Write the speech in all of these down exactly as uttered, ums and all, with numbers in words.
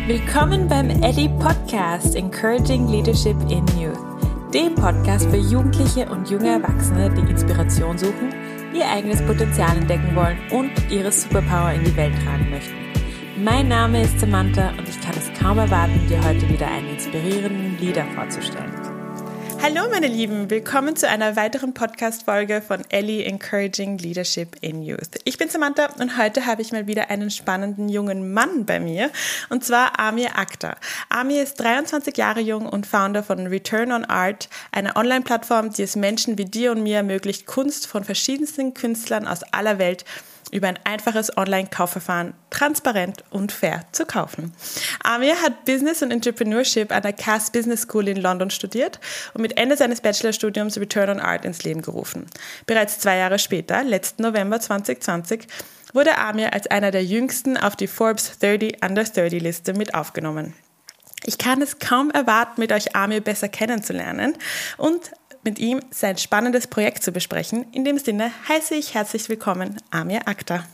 Willkommen beim Ellie Podcast Encouraging Leadership in Youth, dem Podcast für Jugendliche und junge Erwachsene, die Inspiration suchen, ihr eigenes Potenzial entdecken wollen und ihre Superpower in die Welt tragen möchten. Mein Name ist Samantha und ich kann es kaum erwarten, dir heute wieder einen inspirierenden Leader vorzustellen. Hallo meine Lieben, willkommen zu einer weiteren Podcast-Folge von Ellie Encouraging Leadership in Youth. Ich bin Samantha und heute habe ich mal wieder einen spannenden jungen Mann bei mir, und zwar Amir Akhtar. Amir ist dreiundzwanzig Jahre jung und Founder von Return on Art, einer Online-Plattform, die es Menschen wie dir und mir ermöglicht, Kunst von verschiedensten Künstlern aus aller Welt über ein einfaches Online-Kaufverfahren transparent und fair zu kaufen. Amir hat Business und Entrepreneurship an der Cass Business School in London studiert und mit Ende seines Bachelorstudiums Return on Art ins Leben gerufen. Bereits zwei Jahre später, letzten November zwanzig zwanzig, wurde Amir als einer der jüngsten auf die Forbes dreißig Under dreißig Liste mit aufgenommen. Ich kann es kaum erwarten, mit euch Amir besser kennenzulernen und mit ihm sein spannendes Projekt zu besprechen. In dem Sinne heiße ich herzlich willkommen Amir Akhtar.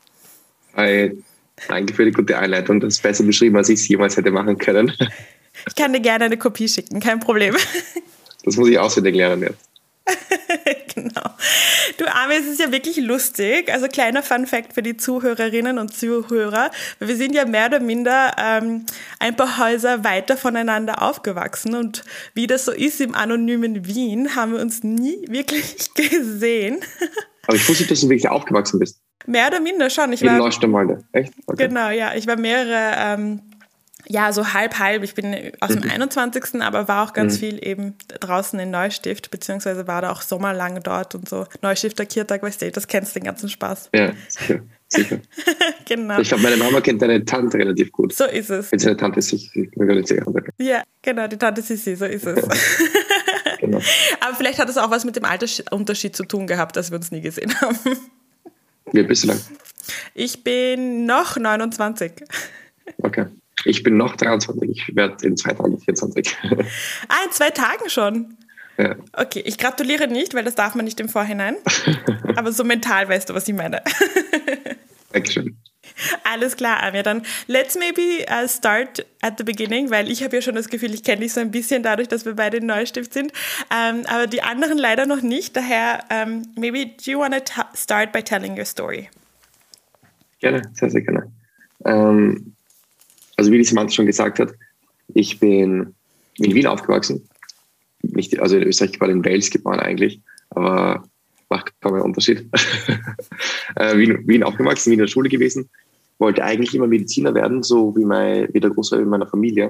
Hi, danke für die gute Einleitung. Das ist besser beschrieben, als ich es jemals hätte machen können. Ich kann dir gerne eine Kopie schicken, kein Problem. Das muss ich auswendig lernen jetzt. Genau. Du Amir, es ist ja wirklich lustig. Also kleiner Fun-Fact für die Zuhörerinnen und Zuhörer. Wir sind ja mehr oder minder ähm, ein paar Häuser weiter voneinander aufgewachsen. Und wie das so ist im anonymen Wien, haben wir uns nie wirklich gesehen. Aber ich wusste, dass du wirklich aufgewachsen bist. Mehr oder minder schon. Ich in war, Neustadt-Malde, echt? Okay. Genau, ja. Ich war mehrere... Ähm, Ja, so halb, halb. Ich bin aus dem mhm. einundzwanzigsten aber war auch ganz mhm. viel eben draußen in Neustift, beziehungsweise war da auch sommerlang dort und so. Neustifter Kirtag, weißt du, das kennst du den ganzen Spaß. Ja, sicher, sicher. Genau. Ich glaube, meine Mama kennt deine Tante relativ gut. So ist es. Wenn sie eine Tante ist, ich bin gar nicht sicher. Ja, genau, die Tante Sissi, so ist es. Genau. Aber vielleicht hat es auch was mit dem Altersunterschied zu tun gehabt, dass wir uns nie gesehen haben. Wie alt bist du lang? Ich bin noch neunundzwanzig. Okay. Ich bin noch dreiundzwanzig, ich werde in zwei Tagen vierundzwanzig. Ah, in zwei Tagen schon? Ja. Okay, ich gratuliere nicht, weil das darf man nicht im Vorhinein. Aber so mental weißt du, was ich meine. Dankeschön. Alles klar, Amir. Dann let's maybe uh, start at the beginning, weil ich habe ja schon das Gefühl, ich kenne dich so ein bisschen dadurch, dass wir beide in Neustift sind. Um, aber die anderen leider noch nicht. Daher, um, maybe do you want to ta- start by telling your story? Gerne, sehr, sehr gerne. Ähm, Also wie die Samantha schon gesagt hat, ich bin in Wien aufgewachsen. Nicht, also in Österreich, ich war in Wales geboren eigentlich, aber macht kaum einen Unterschied. äh, Wien, Wien aufgewachsen, Wien in der Schule gewesen, wollte eigentlich immer Mediziner werden, so wie, mein, wie der Großteil in meiner Familie.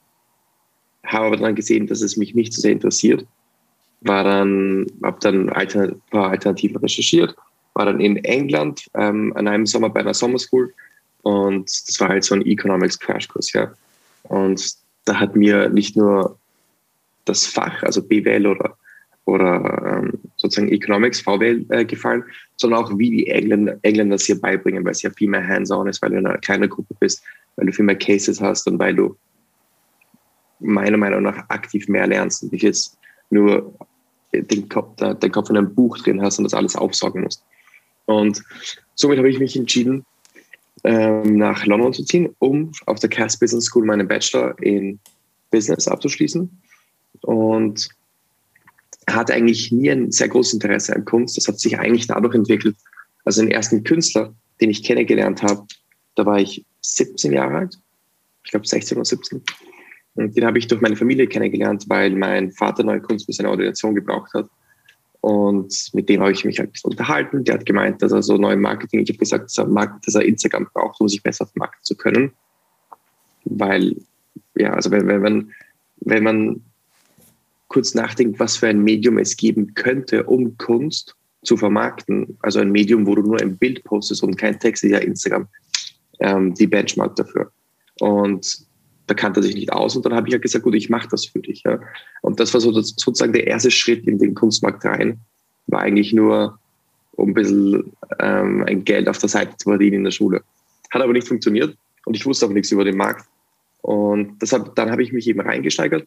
Habe aber dann gesehen, dass es mich nicht so sehr interessiert. War dann, habe dann ein paar Alternativen recherchiert, war dann in England ähm, an einem Sommer bei einer Sommerschool. Und das war halt so ein Economics-Crashkurs, ja. Und da hat mir nicht nur das Fach, also B W L oder, oder ähm, sozusagen Economics, V W L äh, gefallen, sondern auch wie die Engländer, Engländer es hier beibringen, weil es ja viel mehr hands-on ist, weil du in einer kleinen Gruppe bist, weil du viel mehr Cases hast und weil du meiner Meinung nach aktiv mehr lernst und nicht jetzt nur den Kopf, den Kopf in einem Buch drin hast und das alles aufsaugen musst. Und somit habe ich mich entschieden, nach London zu ziehen, um auf der Cass Business School meinen Bachelor in Business abzuschließen, und hatte eigentlich nie ein sehr großes Interesse an Kunst. Das hat sich eigentlich dadurch entwickelt, also den ersten Künstler, den ich kennengelernt habe, da war ich siebzehn Jahre alt, ich glaube sechzehn oder siebzehn, und den habe ich durch meine Familie kennengelernt, weil mein Vater neue Kunst für seine Ordination gebraucht hat. Und mit dem habe ich mich halt unterhalten. Der hat gemeint, dass er so neue Marketing, ich habe gesagt, dass er, Markt, dass er Instagram braucht, um sich besser vermarkten zu können. Weil, ja, also wenn, wenn, man, wenn man kurz nachdenkt, was für ein Medium es geben könnte, um Kunst zu vermarkten, also ein Medium, wo du nur ein Bild postest und kein Text, ist ja Instagram ähm, die Benchmark dafür. Und da kannte er sich nicht aus, und dann habe ich ja halt gesagt, gut, ich mache das für dich. Ja. Und das war so das, sozusagen der erste Schritt in den Kunstmarkt rein, war eigentlich nur, um ein bisschen ähm, ein Geld auf der Seite zu verdienen in der Schule. Hat aber nicht funktioniert, und ich wusste auch nichts über den Markt. Und deshalb, dann habe ich mich eben reingesteigert.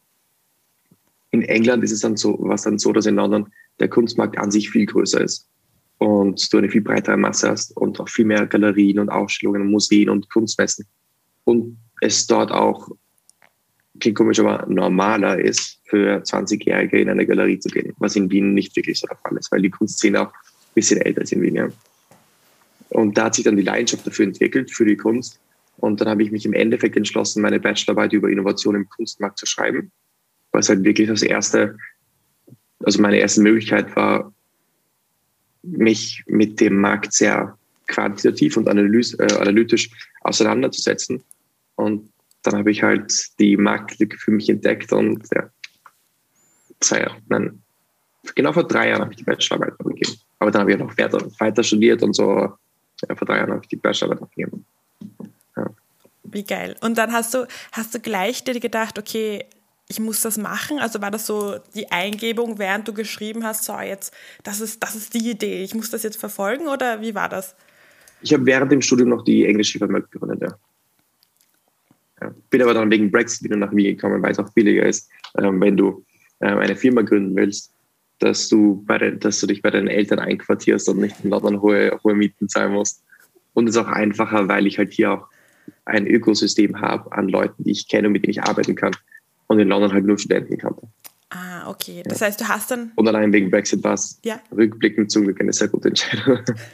In England ist es dann so, was dann so, dass in London der Kunstmarkt an sich viel größer ist und du eine viel breitere Masse hast und auch viel mehr Galerien und Ausstellungen und Museen und Kunstmessen und es dort auch, klingt komisch, aber normaler ist, für zwanzigjährige in eine Galerie zu gehen, was in Wien nicht wirklich so der Fall ist, weil die Kunstszene auch ein bisschen älter ist in Wien. Ja. Und da hat sich dann die Leidenschaft dafür entwickelt, für die Kunst. Und dann habe ich mich im Endeffekt entschlossen, meine Bachelorarbeit über Innovation im Kunstmarkt zu schreiben, was halt wirklich das erste, also meine erste Möglichkeit war, mich mit dem Markt sehr quantitativ und analys- äh, analytisch auseinanderzusetzen. Und dann habe ich halt die Marktlücke für mich entdeckt und ja, zwei Jahre, nein, genau vor drei Jahren habe ich die Bachelorarbeit abgegeben. Aber dann habe ich noch weiter, weiter studiert und so. Ja, vor drei Jahren habe ich die Bachelorarbeit abgegeben. Ja. Wie geil. Und dann hast du, hast du gleich dir gedacht, okay, ich muss das machen? Also war das so die Eingebung, während du geschrieben hast, so jetzt, das ist, das ist die Idee, ich muss das jetzt verfolgen, oder wie war das? Ich habe während dem Studium noch die englische Firma gegründet, ja. Ja. Bin aber dann wegen Brexit wieder nach Wien gekommen, weil es auch billiger ist, ähm, wenn du ähm, eine Firma gründen willst, dass du, bei den, dass du dich bei deinen Eltern einquartierst und nicht in London hohe, hohe Mieten zahlen musst. Und es ist auch einfacher, weil ich halt hier auch ein Ökosystem habe an Leuten, die ich kenne und mit denen ich arbeiten kann. Und in London halt nur Studenten kannte. Ah, okay. Das ja. heißt, du hast dann... Und allein wegen Brexit war es ja. rückblickend zum Glück eine sehr gute Entscheidung.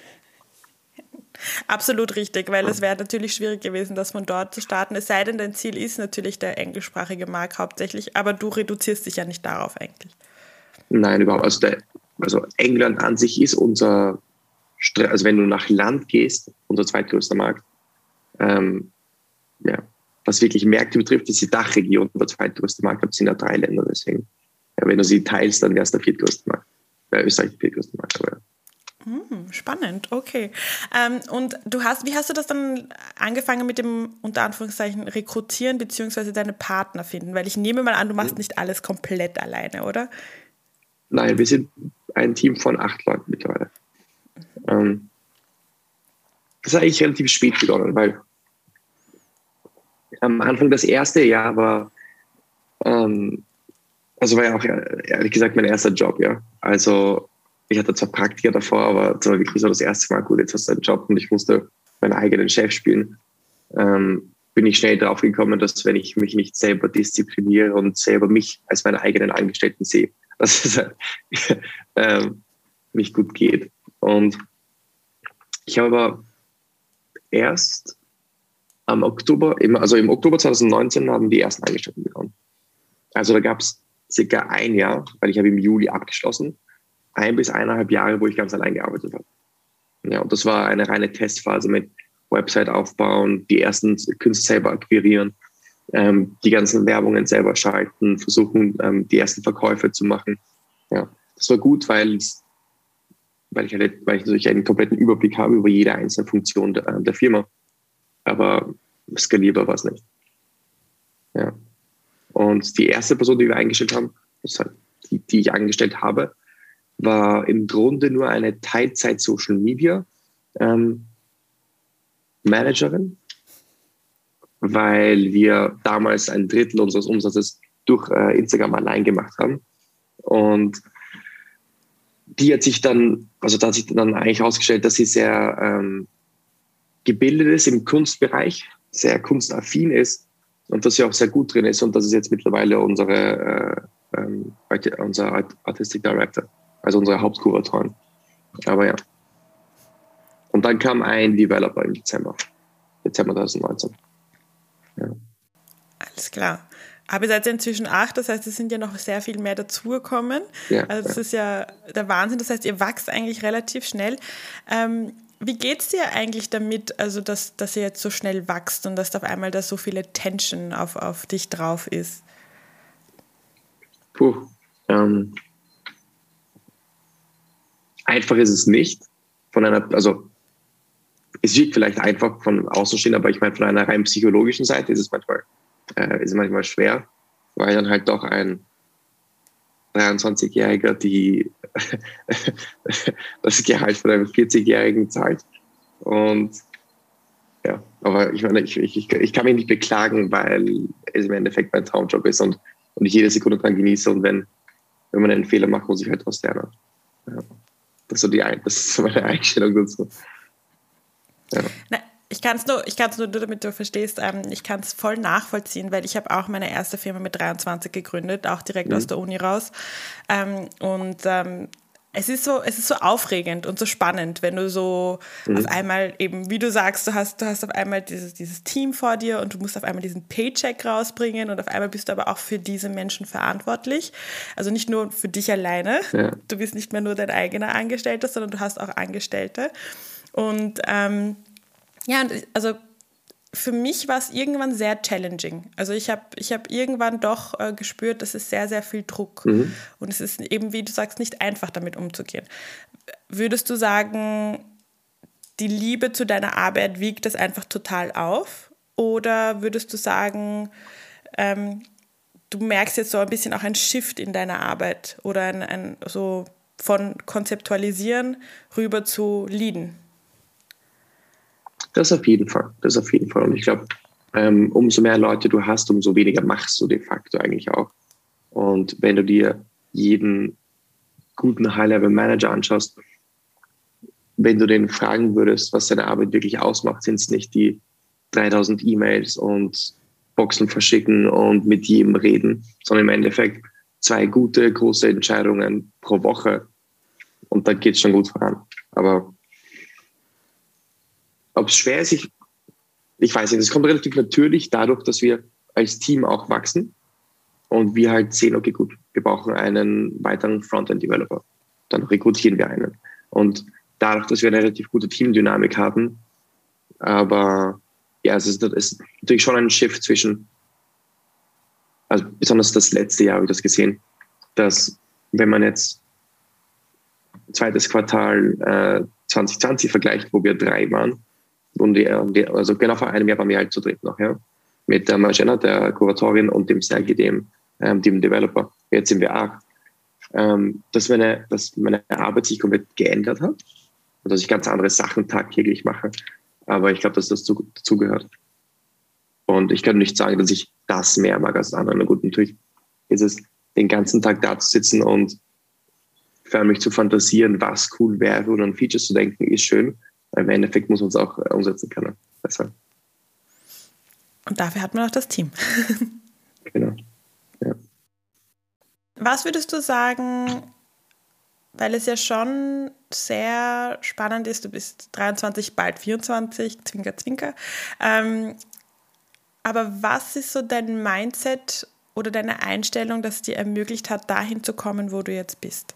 Absolut richtig, weil es wäre natürlich schwierig gewesen, das von dort zu starten. Es sei denn, dein Ziel ist natürlich der englischsprachige Markt hauptsächlich, aber du reduzierst dich ja nicht darauf eigentlich. Nein, überhaupt. Also, der, also England an sich ist unser, also wenn du nach Land gehst, unser zweitgrößter Markt. Ähm, ja. Was wirklich Märkte betrifft, ist die Dachregion der zweitgrößte Markt. Das sind ja drei Länder, deswegen. Ja, wenn du sie teilst, dann wäre es der viertgrößte Markt. Ja, Österreich der viertgrößte Markt, aber ja. Hm, spannend, okay. Ähm, und du hast, wie hast du das dann angefangen mit dem, unter Anführungszeichen, Rekrutieren beziehungsweise deine Partner finden? Weil ich nehme mal an, du machst nicht alles komplett alleine, oder? Nein, wir sind ein Team von acht Leuten mittlerweile. Ähm, das ist eigentlich relativ spät begonnen, weil am Anfang das erste Jahr war, ähm, also war ja auch ehrlich gesagt mein erster Job, ja. Also ich hatte zwar Praktika davor, aber das war wirklich so das erste Mal, gut, jetzt hast du einen Job und ich musste meinen eigenen Chef spielen. Ähm, bin ich schnell drauf gekommen, dass wenn ich mich nicht selber diszipliniere und selber mich als meine eigenen Angestellten sehe, dass es halt, ähm, nicht gut geht. Und ich habe aber erst am Oktober, also im Oktober zwanzig neunzehn haben die ersten Angestellten begonnen. Also da gab es circa ein Jahr, weil ich habe im Juli abgeschlossen, ein bis eineinhalb Jahre, wo ich ganz allein gearbeitet habe. Ja, und das war eine reine Testphase mit Website aufbauen, die ersten Künstler selber akquirieren, ähm, die ganzen Werbungen selber schalten, versuchen, ähm, die ersten Verkäufe zu machen. Ja, das war gut, weil, weil, ich, halt, weil ich natürlich einen kompletten Überblick habe über jede einzelne Funktion der, der Firma. Aber skalierbar war es nicht. Ja. Und die erste Person, die wir eingestellt haben, das heißt, die, die ich angestellt habe, war im Grunde nur eine Teilzeit-Social-Media ähm, Managerin, weil wir damals ein Drittel unseres Umsatzes durch äh, Instagram allein gemacht haben. Und die hat sich dann, also da hat sich dann eigentlich herausgestellt, dass sie sehr ähm, gebildet ist im Kunstbereich, sehr kunstaffin ist und dass sie auch sehr gut drin ist. Und das ist jetzt mittlerweile unsere, äh, ähm, unser Artistic Director, also unsere Hauptkuratorin. Aber ja. Und dann kam ein Developer im Dezember. Dezember zwanzig neunzehn. Ja. Alles klar. Aber ihr seid ja inzwischen acht, das heißt, es sind ja noch sehr viel mehr dazugekommen. Ja, also das ja. ist ja der Wahnsinn. Das heißt, ihr wächst eigentlich relativ schnell. Ähm, wie geht es dir eigentlich damit, also dass, dass ihr jetzt so schnell wächst und dass auf einmal da so viel Attention auf, auf dich drauf ist? Puh. Ähm, einfach ist es nicht. Von einer, also es wirkt vielleicht einfach von außen stehen, aber ich meine, von einer rein psychologischen Seite ist es manchmal, äh, ist es manchmal schwer, weil dann halt doch ein dreiundzwanzigjähriger die das Gehalt von einem vierzigjährigen zahlt. Und ja, aber ich meine, ich, ich, ich kann mich nicht beklagen, weil es im Endeffekt mein Traumjob ist und, und ich jede Sekunde dran genieße. Und wenn, wenn man einen Fehler macht, muss ich halt was lernen. Ja, das, ist so die, das ist so meine Einstellung dazu. Ja. Na, Ich kann es nur, ich kann's nur, damit du verstehst, ähm, ich kann es voll nachvollziehen, weil ich habe auch meine erste Firma mit dreiundzwanzig gegründet, auch direkt mhm. aus der Uni raus. Ähm, und ähm, es ist so, es ist so aufregend und so spannend, wenn du so mhm. auf einmal eben, wie du sagst, du hast, du hast auf einmal dieses, dieses Team vor dir und du musst auf einmal diesen Paycheck rausbringen und auf einmal bist du aber auch für diese Menschen verantwortlich. Also nicht nur für dich alleine. Ja. Du bist nicht mehr nur dein eigener Angestellter, sondern du hast auch Angestellte. Und ähm, ja, also für mich war es irgendwann sehr challenging. Also ich habe ich hab irgendwann doch äh, gespürt, das ist sehr, sehr viel Druck. Mhm. Und es ist eben, wie du sagst, nicht einfach damit umzugehen. Würdest du sagen, die Liebe zu deiner Arbeit wiegt das einfach total auf? Oder würdest du sagen, ähm, du merkst jetzt so ein bisschen auch ein Shift in deiner Arbeit oder ein, ein so von konzeptualisieren rüber zu leaden? Das auf jeden Fall, das auf jeden Fall. Und ich glaube, ähm, umso mehr Leute du hast, umso weniger machst du de facto eigentlich auch. Und wenn du dir jeden guten High-Level-Manager anschaust, wenn du den fragen würdest, was seine Arbeit wirklich ausmacht, sind es nicht die dreitausend E-Mails und Boxen verschicken und mit jedem reden, sondern im Endeffekt zwei gute, große Entscheidungen pro Woche. Und dann geht es schon gut voran. Aber ob es schwer ist, ich, ich weiß nicht. Es kommt relativ natürlich dadurch, dass wir als Team auch wachsen und wir halt sehen, okay, gut, wir brauchen einen weiteren Frontend-Developer. Dann rekrutieren wir einen. Und dadurch, dass wir eine relativ gute Teamdynamik haben, aber ja, es ist, es ist natürlich schon ein Shift zwischen, also besonders das letzte Jahr habe ich das gesehen, dass wenn man jetzt zweites Quartal äh, zwanzig zwanzig vergleicht, wo wir drei waren, und die, also genau vor einem Jahr waren wir halt zu dritt noch, ja. Mit der Marjana, der Kuratorin und dem Sergei, dem, ähm, dem Developer. Jetzt sind wir acht. Ähm, dass, meine, dass meine Arbeit sich komplett geändert hat und dass ich ganz andere Sachen tagtäglich mache. Aber ich glaube, dass das dazugehört. Und ich kann nicht sagen, dass ich das mehr mag als andere. Na gut, natürlich ist es, den ganzen Tag da zu sitzen und förmlich zu fantasieren, was cool wäre oder an Features zu denken, ist schön. Im Endeffekt muss man es auch umsetzen können. Besser. Und dafür hat man auch das Team. Genau. Ja. Was würdest du sagen, weil es ja schon sehr spannend ist, du bist dreiundzwanzig, bald vierundzwanzig, Zwinker, Zwinker. Ähm, aber was ist so dein Mindset oder deine Einstellung, das dir ermöglicht hat, dahin zu kommen, wo du jetzt bist?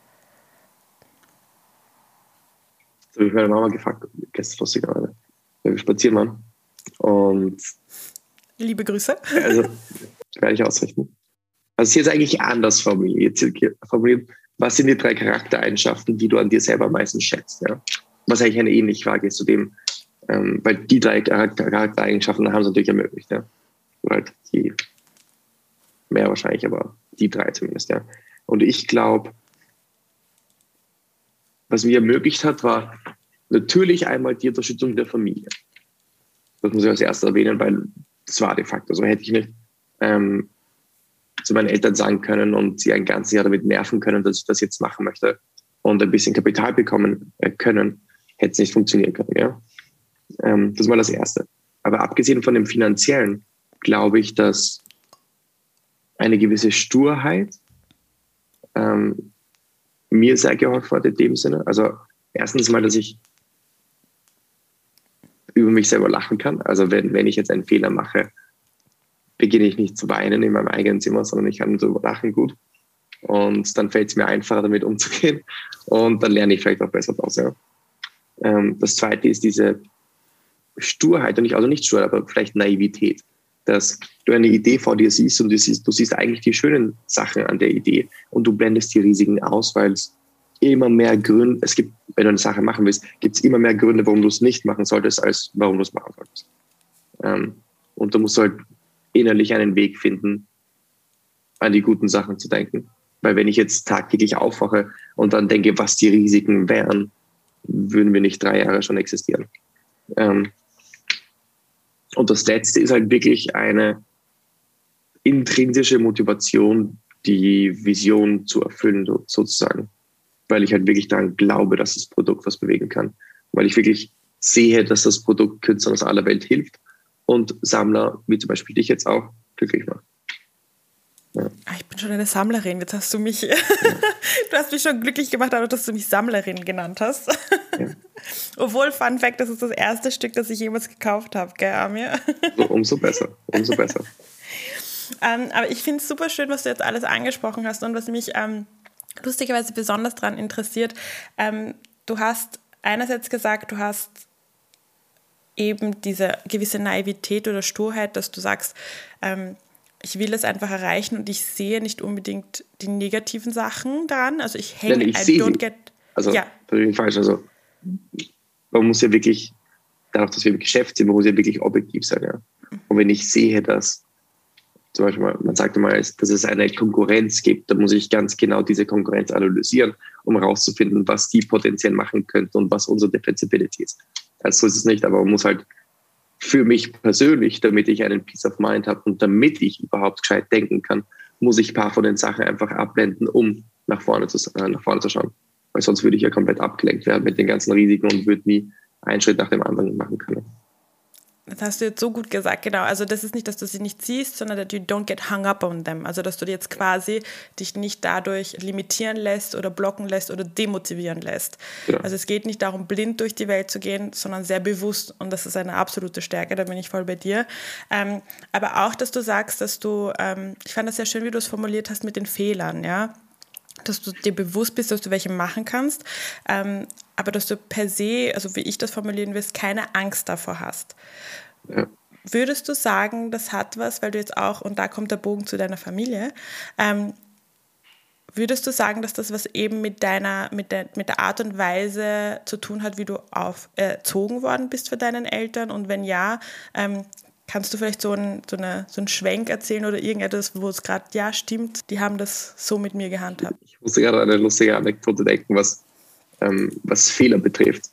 Das habe ich meine Mama gefragt, gestern lustig gerade, weil wir spazieren waren. Und liebe Grüße. Also, das werde ich ausrichten. Also, es ist jetzt eigentlich anders formuliert. formuliert. Was sind die drei Charaktereigenschaften, die du an dir selber am meisten schätzt? Ja? Was eigentlich eine ähnliche Frage ist zu dem, ähm, weil die drei Charaktereigenschaften haben es natürlich ermöglicht. Ja? Oder halt die, mehr wahrscheinlich, aber die drei zumindest. Ja? Und ich glaube, was mir ermöglicht hat, war natürlich einmal die Unterstützung der Familie. Das muss ich als erstes erwähnen, weil das war de facto. Also hätte ich nicht ähm, zu meinen Eltern sagen können und sie ein ganzes Jahr damit nerven können, dass ich das jetzt machen möchte und ein bisschen Kapital bekommen äh, können, hätte es nicht funktionieren können. Ja? Ähm, das war das Erste. Aber abgesehen von dem Finanziellen glaube ich, dass eine gewisse Sturheit ähm, mir sehr geholfen hat in dem Sinne. Also erstens mal, dass ich über mich selber lachen kann. Also wenn, wenn ich jetzt einen Fehler mache, beginne ich nicht zu weinen in meinem eigenen Zimmer, sondern ich kann darüber lachen gut. Und dann fällt es mir einfacher, damit umzugehen. Und dann lerne ich vielleicht auch besser daraus. Ja. Ähm, das Zweite ist diese Sturheit, und nicht, also nicht Sturheit, aber vielleicht Naivität. Dass du eine Idee vor dir siehst und du siehst, du siehst eigentlich die schönen Sachen an der Idee und du blendest die Risiken aus, weil es immer mehr Gründe, es gibt, wenn du eine Sache machen willst, gibt es immer mehr Gründe, warum du es nicht machen solltest, als warum du es machen solltest. Ähm, und du musst halt innerlich einen Weg finden, an die guten Sachen zu denken. Weil wenn ich jetzt tagtäglich aufwache und dann denke, was die Risiken wären, würden wir nicht drei Jahre schon existieren. Ähm, Und das Letzte ist halt wirklich eine intrinsische Motivation, die Vision zu erfüllen, sozusagen. Weil ich halt wirklich daran glaube, dass das Produkt was bewegen kann. Weil ich wirklich sehe, dass das Produkt Künstlern aus aller Welt hilft und Sammler, wie zum Beispiel dich jetzt auch, glücklich macht. Ja. Ich bin schon eine Sammlerin, jetzt hast du mich, ja. Du hast mich schon glücklich gemacht, dadurch, dass du mich Sammlerin genannt hast. Ja. Obwohl, Fun Fact, das ist das erste Stück, das ich jemals gekauft habe, gell, Amir? So, umso besser, umso besser. ähm, aber ich finde es super schön, was du jetzt alles angesprochen hast und was mich ähm, lustigerweise besonders daran interessiert. Ähm, du hast einerseits gesagt, du hast eben diese gewisse Naivität oder Sturheit, dass du sagst, ähm, ich will es einfach erreichen und ich sehe nicht unbedingt die negativen Sachen daran. Also ich hänge, Nein, ich I sehe don't sie. get... Also, ja. das ist falsch. Also, man muss ja wirklich, dadurch, dass wir im Geschäft sind, man muss ja wirklich objektiv sein. Ja. Und wenn ich sehe, dass zum Beispiel, man sagt mal, dass es eine Konkurrenz gibt, dann muss ich ganz genau diese Konkurrenz analysieren, um herauszufinden, was die potenziell machen könnten und was unsere Defensibility ist. Also so ist es nicht, aber man muss halt für mich persönlich, damit ich einen Peace of Mind habe und damit ich überhaupt gescheit denken kann, muss ich ein paar von den Sachen einfach abblenden, um nach vorne zu, äh, nach vorne zu schauen. Weil sonst würde ich ja komplett abgelenkt werden mit den ganzen Risiken und würde nie einen Schritt nach dem anderen machen können. Das hast du jetzt so gut gesagt, genau. Also das ist nicht, dass du sie nicht siehst, sondern that you don't get hung up on them. Also dass du jetzt quasi dich nicht dadurch limitieren lässt oder blocken lässt oder demotivieren lässt. Ja. Also es geht nicht darum, blind durch die Welt zu gehen, sondern sehr bewusst. Und das ist eine absolute Stärke, da bin ich voll bei dir. Ähm, aber auch, dass du sagst, dass du, ähm, ich fand das sehr schön, wie du es formuliert hast mit den Fehlern, ja. Dass du dir bewusst bist, dass du welche machen kannst, ähm, aber dass du per se, also wie ich das formulieren will, keine Angst davor hast. Ja. Würdest du sagen, das hat was, weil du jetzt auch, und da kommt der Bogen zu deiner Familie, ähm, würdest du sagen, dass das was eben mit deiner, mit der, mit der Art und Weise zu tun hat, wie du auf, äh, erzogen worden bist für deinen Eltern? Und wenn ja, ähm, kannst du vielleicht so, ein, so, eine, so einen Schwenk erzählen oder irgendetwas, wo es gerade, ja, stimmt, die haben das so mit mir gehandhabt? Ich musste gerade an eine lustige Anekdote denken, was, ähm, was Fehler betrifft.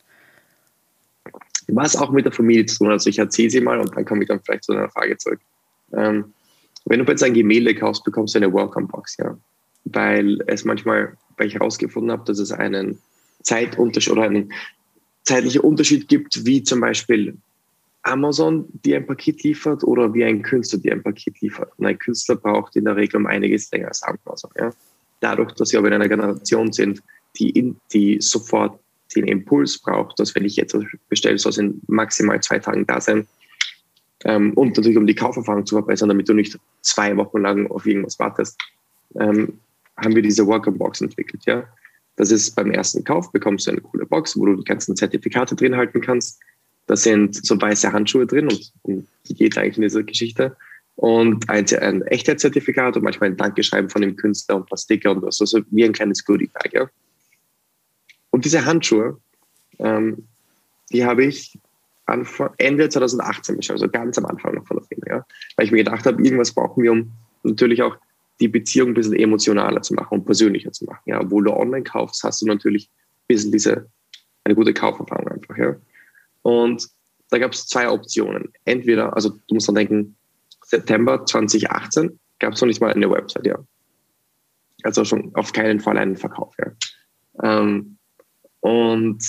Was auch mit der Familie zu tun hat. Also ich erzähle sie mal und dann komme ich dann vielleicht zu einer Frage zurück. Ähm, wenn du jetzt ein Gemälde kaufst, bekommst du eine Welcome-Box, ja. Weil es manchmal, weil ich herausgefunden habe, dass es einen Zeitunterschied oder einen zeitlichen Unterschied gibt, wie zum Beispiel Amazon, die ein Paket liefert, oder wie ein Künstler, die ein Paket liefert. Und ein Künstler braucht in der Regel um einiges länger als Amazon. Ja? Dadurch, dass wir aber in einer Generation sind, die, in, die sofort den Impuls braucht, dass wenn ich jetzt bestelle, soll es in maximal zwei Tagen da sein. Ähm, und natürlich, um die Kauferfahrung zu verbessern, damit du nicht zwei Wochen lang auf irgendwas wartest, ähm, haben wir diese Welcome-Box entwickelt. Ja? Das ist beim ersten Kauf, bekommst du eine coole Box, wo du die ganzen Zertifikate drin halten kannst. Da sind so weiße Handschuhe drin und um die geht eigentlich in dieser Geschichte. Und ein, ein Echtheitszertifikat und manchmal ein Dankeschreiben von dem Künstler und ein paar Sticker und so, so wie ein kleines Goodie-Bag. Ja? Und diese Handschuhe, ähm, die habe ich Anfang, Ende zwanzig achtzehn bestellt, also ganz am Anfang noch von der Firma. Ja? Weil ich mir gedacht habe, irgendwas brauchen wir, um natürlich auch die Beziehung ein bisschen emotionaler zu machen und persönlicher zu machen. Ja? Obwohl du online kaufst, hast du natürlich ein bisschen diese, eine gute Kauferfahrung einfach. Ja? Und da gab es zwei Optionen. Entweder, also du musst dann denken, September zwanzig achtzehn gab es noch nicht mal eine Website, ja. Also schon auf keinen Fall einen Verkauf, ja. Ähm, und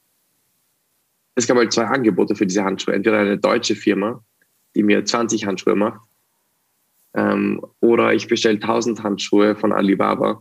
es gab halt zwei Angebote für diese Handschuhe. Entweder eine deutsche Firma, die mir zwanzig Handschuhe macht, ähm, oder ich bestelle tausend Handschuhe von Alibaba,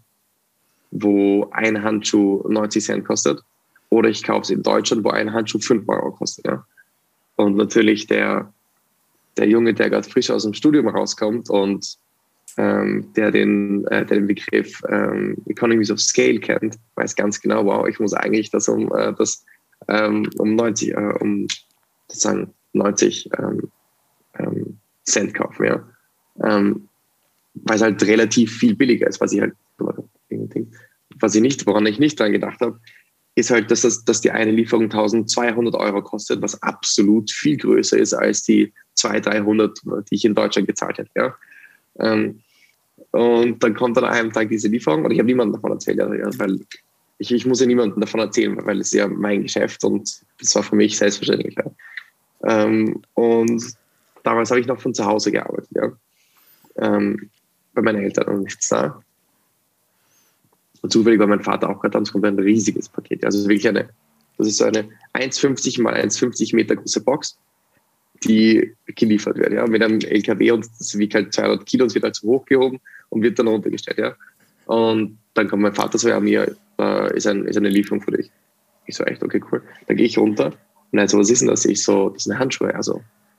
wo ein Handschuh neunzig Cent kostet. Oder ich kaufe es in Deutschland, wo ein Handschuh fünf Euro kostet. Ja. Und natürlich der, der Junge, der gerade frisch aus dem Studium rauskommt und ähm, der, den, äh, der den Begriff ähm, Economies of Scale kennt, weiß ganz genau, wow, ich muss eigentlich das um, äh, das, ähm, um neunzig, äh, um sozusagen neunzig ähm, ähm, Cent kaufen. Ja. Ähm, weil es halt relativ viel billiger ist, was ich halt, was ich nicht, woran ich nicht dran gedacht habe, ist halt, dass, das, dass die eine Lieferung eintausendzweihundert Euro kostet, was absolut viel größer ist als die zweihundert, dreihundert, die ich in Deutschland gezahlt hätte. Ja. Ähm, und dann kommt dann an einem Tag diese Lieferung und ich habe niemandem davon erzählt, ja, weil ich, ich muss ja niemandem davon erzählen, weil es ist ja mein Geschäft und das war für mich selbstverständlich. Ja. Ähm, und damals habe ich noch von zu Hause gearbeitet, ja. Ähm, bei meinen Eltern und nichts da. Und zufällig war mein Vater auch gerade da, es kommt ein riesiges Paket. Also wirklich eine, Das ist so eine eins Komma fünfzig mal eins Komma fünfzig Meter große Box, die geliefert wird, ja, mit einem L K W, und das wiegt halt zweihundert Kilo und wird halt so hochgehoben und wird dann runtergestellt, ja. Und dann kommt mein Vater so, ja, mir äh, ist, ein, ist eine Lieferung für dich. Ich so, echt, okay, cool. Dann gehe ich runter und er so, was ist denn das? Ich so, das sind Handschuhe. Also,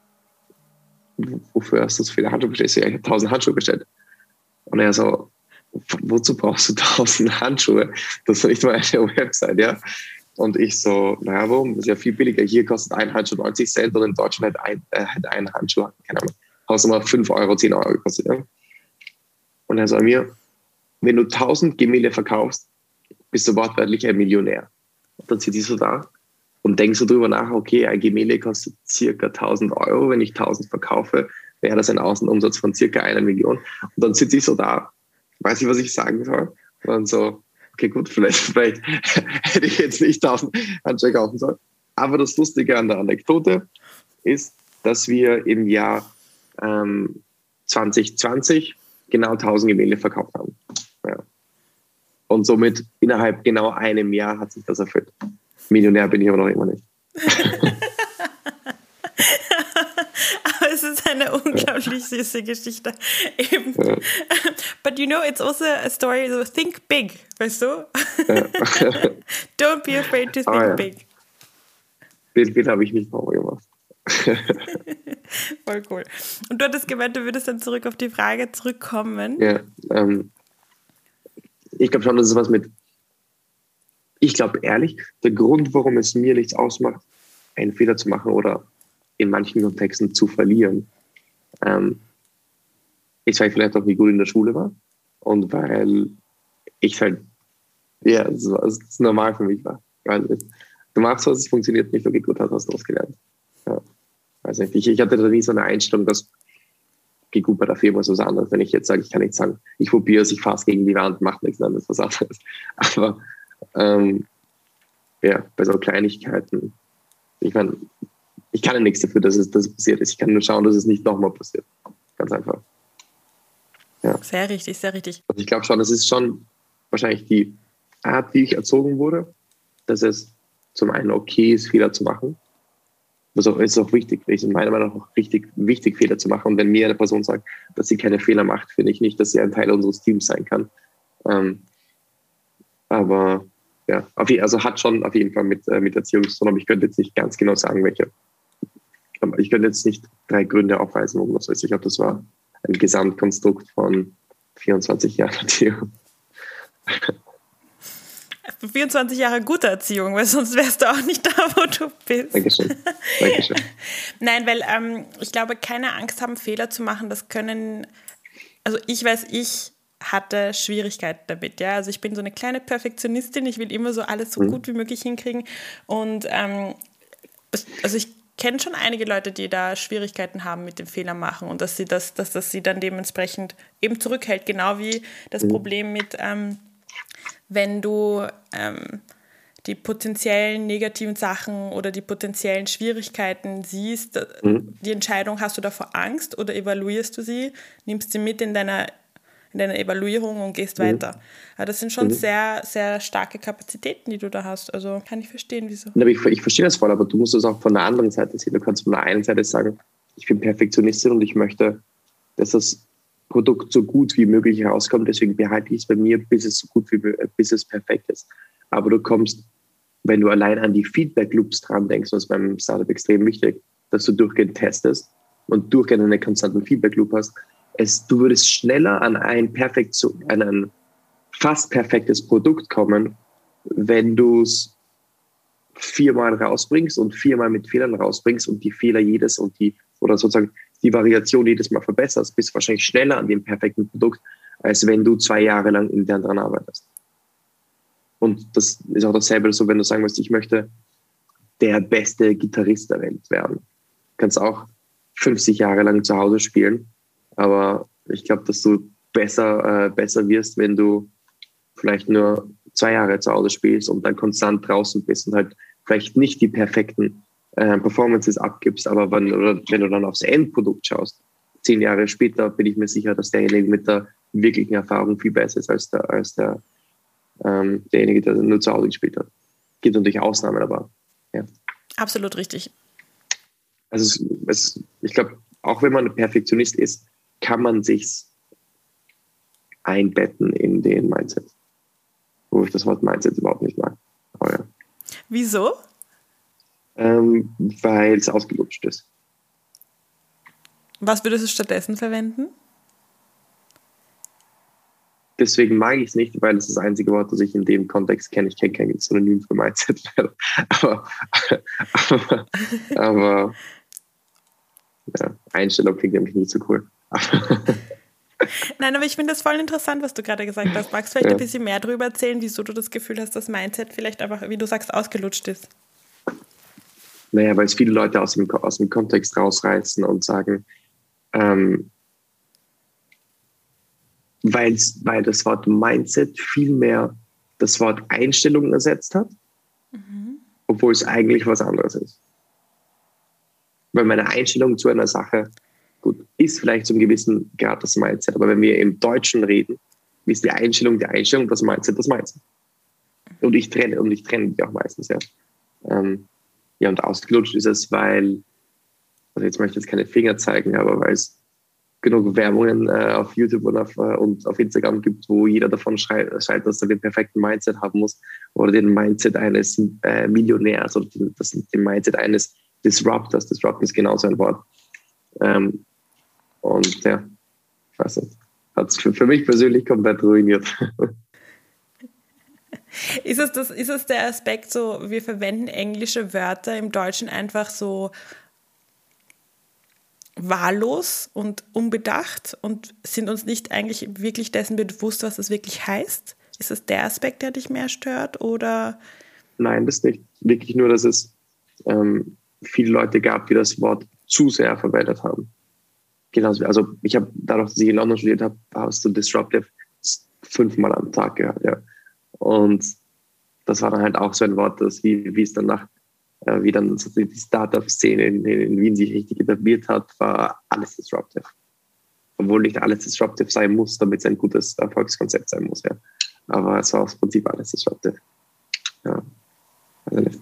wofür hast du so viele Handschuhe bestellt? Ich so, ja, ich habe tausend Handschuhe bestellt. Und er so, wozu brauchst du tausend Handschuhe? Das ist nicht mal eine Website, ja. Und ich so, naja, warum? Das ist ja viel billiger. Hier kostet ein Handschuh neunzig Cent und in Deutschland hat ein, äh, hat ein Handschuh, keine Ahnung, Hausnummer fünf Euro, zehn Euro gekostet. Ja? Und er sagt mir, wenn du tausend Gemälde verkaufst, bist du wortwörtlich ein Millionär. Und dann sitzt ich so da und denkst so drüber nach, okay, ein Gemälde kostet circa tausend Euro. Wenn ich tausend verkaufe, wäre das ein Außenumsatz von circa einer Million. Und dann sitze ich so da, weiß nicht, was ich sagen soll. Und dann so, okay, gut, vielleicht, vielleicht hätte ich jetzt nicht tausend Handschuhe kaufen sollen. Aber das Lustige an der Anekdote ist, dass wir im Jahr ähm, zwanzig zwanzig genau tausend Gemälde verkauft haben. Ja. Und somit innerhalb genau einem Jahr hat sich das erfüllt. Millionär bin ich aber noch immer nicht. Aber es ist eine unglaublich ja. süße Geschichte. Eben. Ja. But you know, it's also a story, so think big, weißt du? Ja. Don't be afraid to think ah, ja. big. Den Bild habe ich nicht nochmal gemacht. Voll cool. Und du hattest gemeint, du würdest dann zurück auf die Frage zurückkommen. Ja, ähm, ich glaube schon, dass es was mit, ich glaube ehrlich, der Grund, warum es mir nichts ausmacht, einen Fehler zu machen oder in manchen Kontexten zu verlieren, ähm, ist, weil ich vielleicht auch nie gut in der Schule war und weil ich halt, ja, das, war, das ist normal für mich war. Weil du machst was, es funktioniert nicht, okay, gut, hast du was gelernt. Ja. Weiß nicht, ich, ich hatte da nie so eine Einstellung, dass okay, gut, bei der Firma ist was anderes. Wenn ich jetzt sage, ich kann nicht sagen, ich probiere es, ich fahre es gegen die Wand, macht nichts, dann ist was anderes. Aber ähm, ja, bei so Kleinigkeiten, ich meine, ich kann ja nichts dafür, dass es das passiert ist. Ich kann nur schauen, dass es nicht nochmal passiert. Ganz einfach. Ja. Sehr richtig, sehr richtig. Also ich glaube schon, das ist schon wahrscheinlich die Art, wie ich erzogen wurde, dass es zum einen okay ist, Fehler zu machen. Das ist auch wichtig. Es ist meiner Meinung nach auch richtig wichtig, Fehler zu machen. Und wenn mir eine Person sagt, dass sie keine Fehler macht, finde ich nicht, dass sie ein Teil unseres Teams sein kann. Ähm, aber ja, also hat schon auf jeden Fall mit, äh, mit Erziehung zu tun. Aber ich könnte jetzt nicht ganz genau sagen, welche. Aber ich könnte jetzt nicht drei Gründe aufweisen, warum das so ist. Ich glaube, das war ein Gesamtkonstrukt von vierundzwanzig Jahren Erziehung. vierundzwanzig Jahre gute Erziehung, weil sonst wärst du auch nicht da, wo du bist. Dankeschön. Dankeschön. Nein, weil ähm, ich glaube, keine Angst haben, Fehler zu machen, das können, also ich weiß, ich hatte Schwierigkeiten damit, ja, also ich bin so eine kleine Perfektionistin, ich will immer so alles so mhm. gut wie möglich hinkriegen und ähm, also ich kenne schon einige Leute, die da Schwierigkeiten haben mit dem Fehler machen und dass sie das, dass das sie dann dementsprechend eben zurückhält, genau wie das mhm. Problem mit ähm, wenn du ähm, die potenziellen negativen Sachen oder die potenziellen Schwierigkeiten siehst, mhm. die Entscheidung, hast du davor Angst oder evaluierst du sie, nimmst sie mit in deiner, in deiner Evaluierung und gehst mhm. weiter. Aber das sind schon mhm. sehr, sehr starke Kapazitäten, die du da hast. Also kann ich verstehen, wieso. Ich, ich verstehe das voll, aber du musst es auch von der anderen Seite sehen. Du kannst von der einen Seite sagen, ich bin Perfektionistin und ich möchte, dass das Produkt so gut wie möglich herauskommt, deswegen behalte ich es bei mir, bis es so gut wie bis es perfekt ist. Aber du kommst, wenn du allein an die Feedback-Loops dran denkst, was beim Startup extrem wichtig, dass du durchgehend testest und durchgehend einen konstanten Feedback-Loop hast, es, du würdest schneller an ein perfekt, an ein fast perfektes Produkt kommen, wenn du es viermal rausbringst und viermal mit Fehlern rausbringst und die Fehler jedes und die, oder sozusagen die Variation jedes Mal verbesserst, bist du wahrscheinlich schneller an dem perfekten Produkt, als wenn du zwei Jahre lang intern dran arbeitest. Und das ist auch dasselbe, so wenn du sagen willst, ich möchte der beste Gitarrist der Welt werden. Du kannst auch fünfzig Jahre lang zu Hause spielen, aber ich glaube, dass du besser, äh, besser wirst, wenn du vielleicht nur zwei Jahre zu Hause spielst und dann konstant draußen bist und halt vielleicht nicht die perfekten äh, Performances abgibst, aber wenn, oder wenn du dann aufs Endprodukt schaust, zehn Jahre später bin ich mir sicher, dass derjenige mit der wirklichen Erfahrung viel besser ist als der, als der ähm, derjenige, der nur zu Hause gespielt hat. gibt natürlich Ausnahmen, aber ja. Absolut richtig. Also es, es, ich glaube, auch wenn man ein Perfektionist ist, kann man sich einbetten in den Mindset. Wo ich das Wort Mindset überhaupt nicht mag. Aber ja. Wieso? Ähm, weil es ausgelutscht ist. Was würdest du stattdessen verwenden? Deswegen mag ich es nicht, weil es das einzige Wort, das ich in dem Kontext kenne. Ich kenne kein Synonym für Mindset. aber aber, aber ja, Einstellung klingt nämlich nicht so cool. Nein, aber ich finde das voll interessant, was du gerade gesagt hast. Magst du vielleicht ja. ein bisschen mehr darüber erzählen, wieso du das Gefühl hast, dass Mindset vielleicht einfach, wie du sagst, ausgelutscht ist? Naja, weil es viele Leute aus dem, aus dem Kontext rausreißen und sagen, ähm, weil's, weil das Wort Mindset viel mehr das Wort Einstellung ersetzt hat, mhm. obwohl es eigentlich was anderes ist. Weil meine Einstellung zu einer Sache, gut, ist vielleicht zum gewissen Grad das Mindset, aber wenn wir im Deutschen reden, ist die Einstellung die Einstellung, das Mindset das Mindset. Und ich trenne, und ich trenne die auch meistens, ja. Ähm, ja, und ausgelutscht ist es, weil, also jetzt möchte ich jetzt keine Finger zeigen, aber weil es genug Werbungen äh, auf YouTube und auf, äh, und auf Instagram gibt, wo jeder davon schreit, schreit, dass er den perfekten Mindset haben muss oder den Mindset eines äh, Millionärs oder den, das, den Mindset eines Disruptors. Disrupt ist genauso ein Wort. Ähm, und ja, ich weiß nicht, hat es für, für mich persönlich komplett ruiniert. Ist es, das, ist es der Aspekt so, wir verwenden englische Wörter im Deutschen einfach so wahllos und unbedacht und sind uns nicht eigentlich wirklich dessen bewusst, was das wirklich heißt? Ist es der Aspekt, der dich mehr stört, oder? Nein, das nicht. Wirklich nur, dass es ähm, viele Leute gab, die das Wort zu sehr verwendet haben. Genauso, also ich habe, dadurch, dass ich in London studiert habe, hast du Disruptive fünfmal am Tag gehört, ja. Und das war dann halt auch so ein Wort, das wie, wie es dann nach, äh, wie dann so die Startup-Szene in, in Wien sich richtig etabliert hat, war alles Disruptive. Obwohl nicht alles Disruptive sein muss, damit es ein gutes Erfolgskonzept sein muss, ja. Aber es war aus Prinzip alles Disruptive. Ja, also nicht.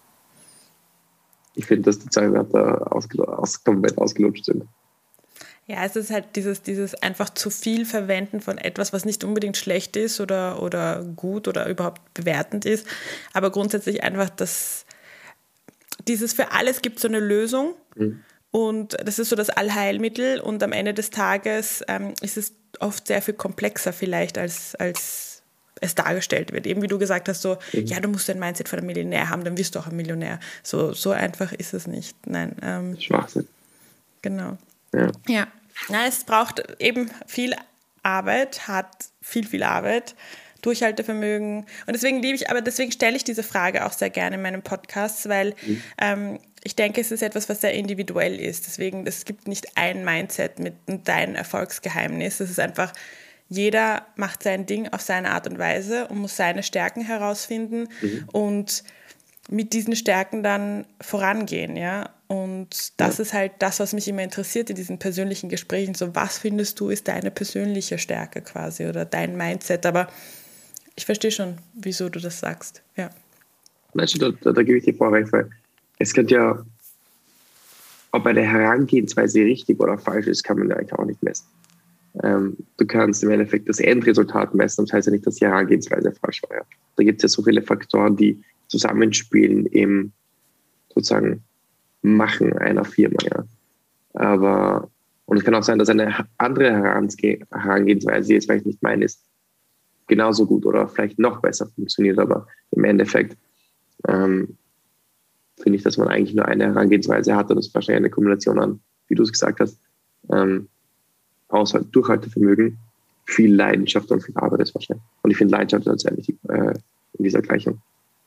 Ich finde, dass die zwei Wörter ausgel- aus, komplett ausgelutscht sind. Ja, es ist halt dieses, dieses einfach zu viel Verwenden von etwas, was nicht unbedingt schlecht ist oder, oder gut oder überhaupt bewertend ist, aber grundsätzlich einfach das, dieses für alles gibt so eine Lösung mhm. und das ist so das Allheilmittel und am Ende des Tages ähm, ist es oft sehr viel komplexer vielleicht, als, als es dargestellt wird. Eben wie du gesagt hast, so, mhm. ja, du musst ein Mindset von einem Millionär haben, dann wirst du auch ein Millionär. So, so einfach ist es nicht. Nein. Ähm, Schwachsinn. Genau. Ja. Ja. Na, es braucht eben viel Arbeit, hat viel, viel Arbeit, Durchhaltevermögen. Und deswegen liebe ich, aber deswegen stelle ich diese Frage auch sehr gerne in meinem Podcast, weil mhm. ähm, ich denke, es ist etwas, was sehr individuell ist. Deswegen, es gibt nicht ein Mindset mit deinem Erfolgsgeheimnis. Es ist einfach, jeder macht sein Ding auf seine Art und Weise und muss seine Stärken herausfinden mhm. und mit diesen Stärken dann vorangehen, ja. Und das ja. ist halt das, was mich immer interessiert in diesen persönlichen Gesprächen. So, was findest du, ist deine persönliche Stärke quasi oder dein Mindset? Aber ich verstehe schon, wieso du das sagst, ja. Da, da, da gebe ich dir voll recht, weil es könnte ja, ob eine Herangehensweise richtig oder falsch ist, kann man ja eigentlich auch nicht messen. Ähm, du kannst im Endeffekt das Endresultat messen, das heißt ja nicht, dass die Herangehensweise falsch war. Ja. Da gibt es ja so viele Faktoren, die zusammenspielen im sozusagen Machen einer Firma. Ja. Aber, und es kann auch sein, dass eine andere Herangehensweise, die jetzt vielleicht nicht meine ist, genauso gut oder vielleicht noch besser funktioniert, aber im Endeffekt ähm, finde ich, dass man eigentlich nur eine Herangehensweise hat und das ist wahrscheinlich eine Kombination an, wie du es gesagt hast, ähm, Aushalt, Durchhaltevermögen, viel Leidenschaft und viel Arbeit ist wahrscheinlich. Und ich finde Leidenschaft ist sehr wichtig äh, in dieser Gleichung.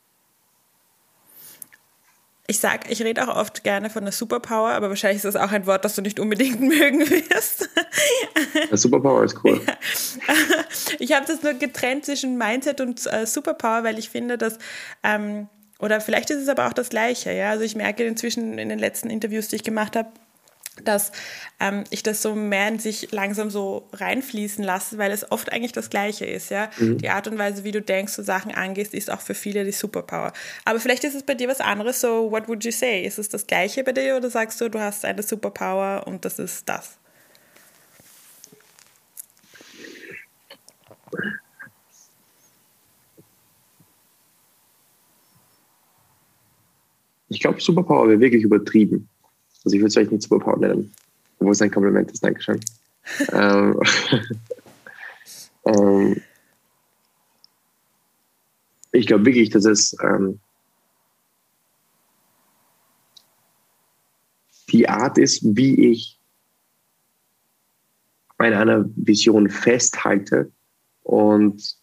Ich sag, ich rede auch oft gerne von der Superpower, aber wahrscheinlich ist das auch ein Wort, das du nicht unbedingt mögen wirst. Der Superpower ist cool. Ja. Ich habe das nur getrennt zwischen Mindset und äh, Superpower, weil ich finde, dass, ähm, oder vielleicht ist es aber auch das Gleiche, ja. Also ich merke inzwischen in den letzten Interviews, die ich gemacht habe, dass ähm, ich das so mehr in sich langsam so reinfließen lasse, weil es oft eigentlich das Gleiche ist, ja. Mhm. Die Art und Weise, wie du denkst, so Sachen angehst, ist auch für viele die Superpower. Aber vielleicht ist es bei dir was anderes, so what would you say? Ist es das Gleiche bei dir oder sagst du, du hast eine Superpower und das ist das? Ich glaube, Superpower wäre wirklich übertrieben. Also ich würde es vielleicht nicht Superpower nennen, obwohl es ein Kompliment ist, Dankeschön. ähm, ähm, ich glaube wirklich, dass es ähm, die Art ist, wie ich an einer Vision festhalte und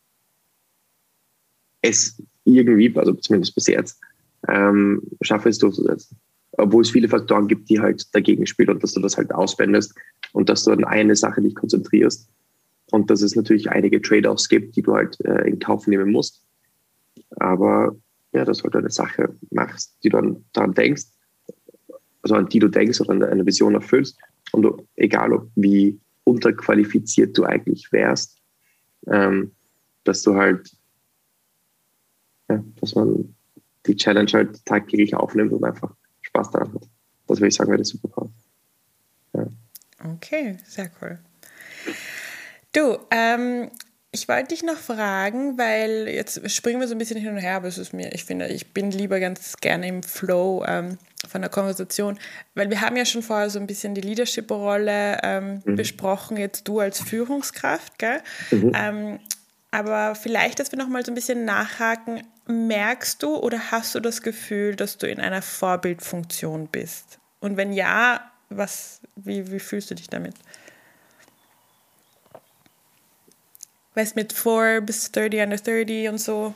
es irgendwie, also zumindest bis jetzt, ähm, schaffe es durchzusetzen. Obwohl es viele Faktoren gibt, die halt dagegen spielen und dass du das halt ausblendest und dass du an eine Sache dich konzentrierst und dass es natürlich einige Trade-offs gibt, die du halt äh, in Kauf nehmen musst. Aber ja, dass du halt eine Sache machst, die du dann daran denkst, also an die du denkst oder eine Vision erfüllst und du, egal ob wie unterqualifiziert du eigentlich wärst, ähm, dass du halt, ja, dass man die Challenge halt tagtäglich aufnimmt und einfach Spaß daran hat. Das würde ich sagen, wäre das Superpower. Ja. Okay, sehr cool. Du, ähm, ich wollte dich noch fragen, weil jetzt springen wir so ein bisschen hin und her, aber es ist mir, ich finde, ich bin lieber ganz gerne im Flow ähm, von der Konversation, weil wir haben ja schon vorher so ein bisschen die Leadership-Rolle ähm, mhm. besprochen, jetzt du als Führungskraft, gell? Mhm. Ähm, aber vielleicht, dass wir noch mal so ein bisschen nachhaken, merkst du oder hast du das Gefühl, dass du in einer Vorbildfunktion bist? Und wenn ja, was, wie, wie fühlst du dich damit? Weißt, mit Forbes, thirty under thirty und so.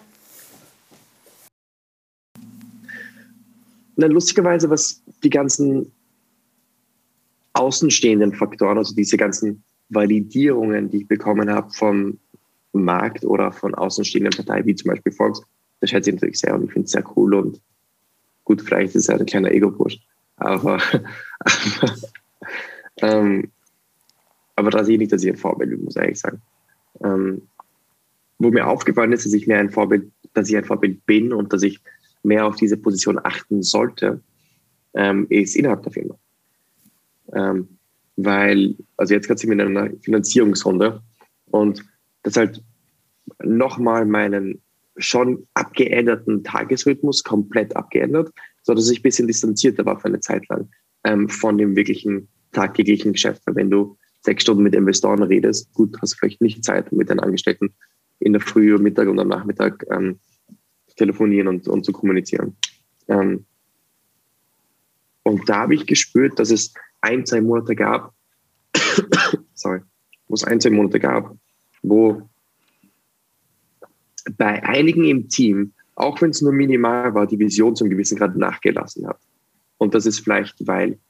Na, lustigerweise, was die ganzen außenstehenden Faktoren, also diese ganzen Validierungen, die ich bekommen habe vom Markt oder von außenstehenden Parteien, wie zum Beispiel Forbes, das schätze ich natürlich sehr und ich finde es sehr cool und gut, vielleicht ist es ein kleiner Ego-Push, aber, aber, ähm, aber da sehe ich nicht, dass ich ein Vorbild bin, muss ich ehrlich sagen. Ähm, wo mir aufgefallen ist, dass ich mehr ein Vorbild, dass ich ein Vorbild bin und dass ich mehr auf diese Position achten sollte, ähm, ist innerhalb der Firma. Ähm, weil, also jetzt gerade sind wir in einer Finanzierungsrunde und das halt nochmal meinen schon abgeänderten Tagesrhythmus komplett abgeändert, sodass ich ein bisschen distanzierter war für eine Zeit lang ähm, von dem wirklichen tagtäglichen Geschäft. Weil wenn du sechs Stunden mit Investoren redest, gut, hast du vielleicht nicht Zeit, mit deinen Angestellten in der Früh, Mittag und am Nachmittag ähm, telefonieren und, und zu kommunizieren. Ähm, und da habe ich gespürt, dass es ein, zwei Monate gab, sorry, wo es ein, zwei Monate gab, wo bei einigen im Team, auch wenn es nur minimal war, die Vision zum gewissen Grad nachgelassen hat. Und das ist vielleicht, weil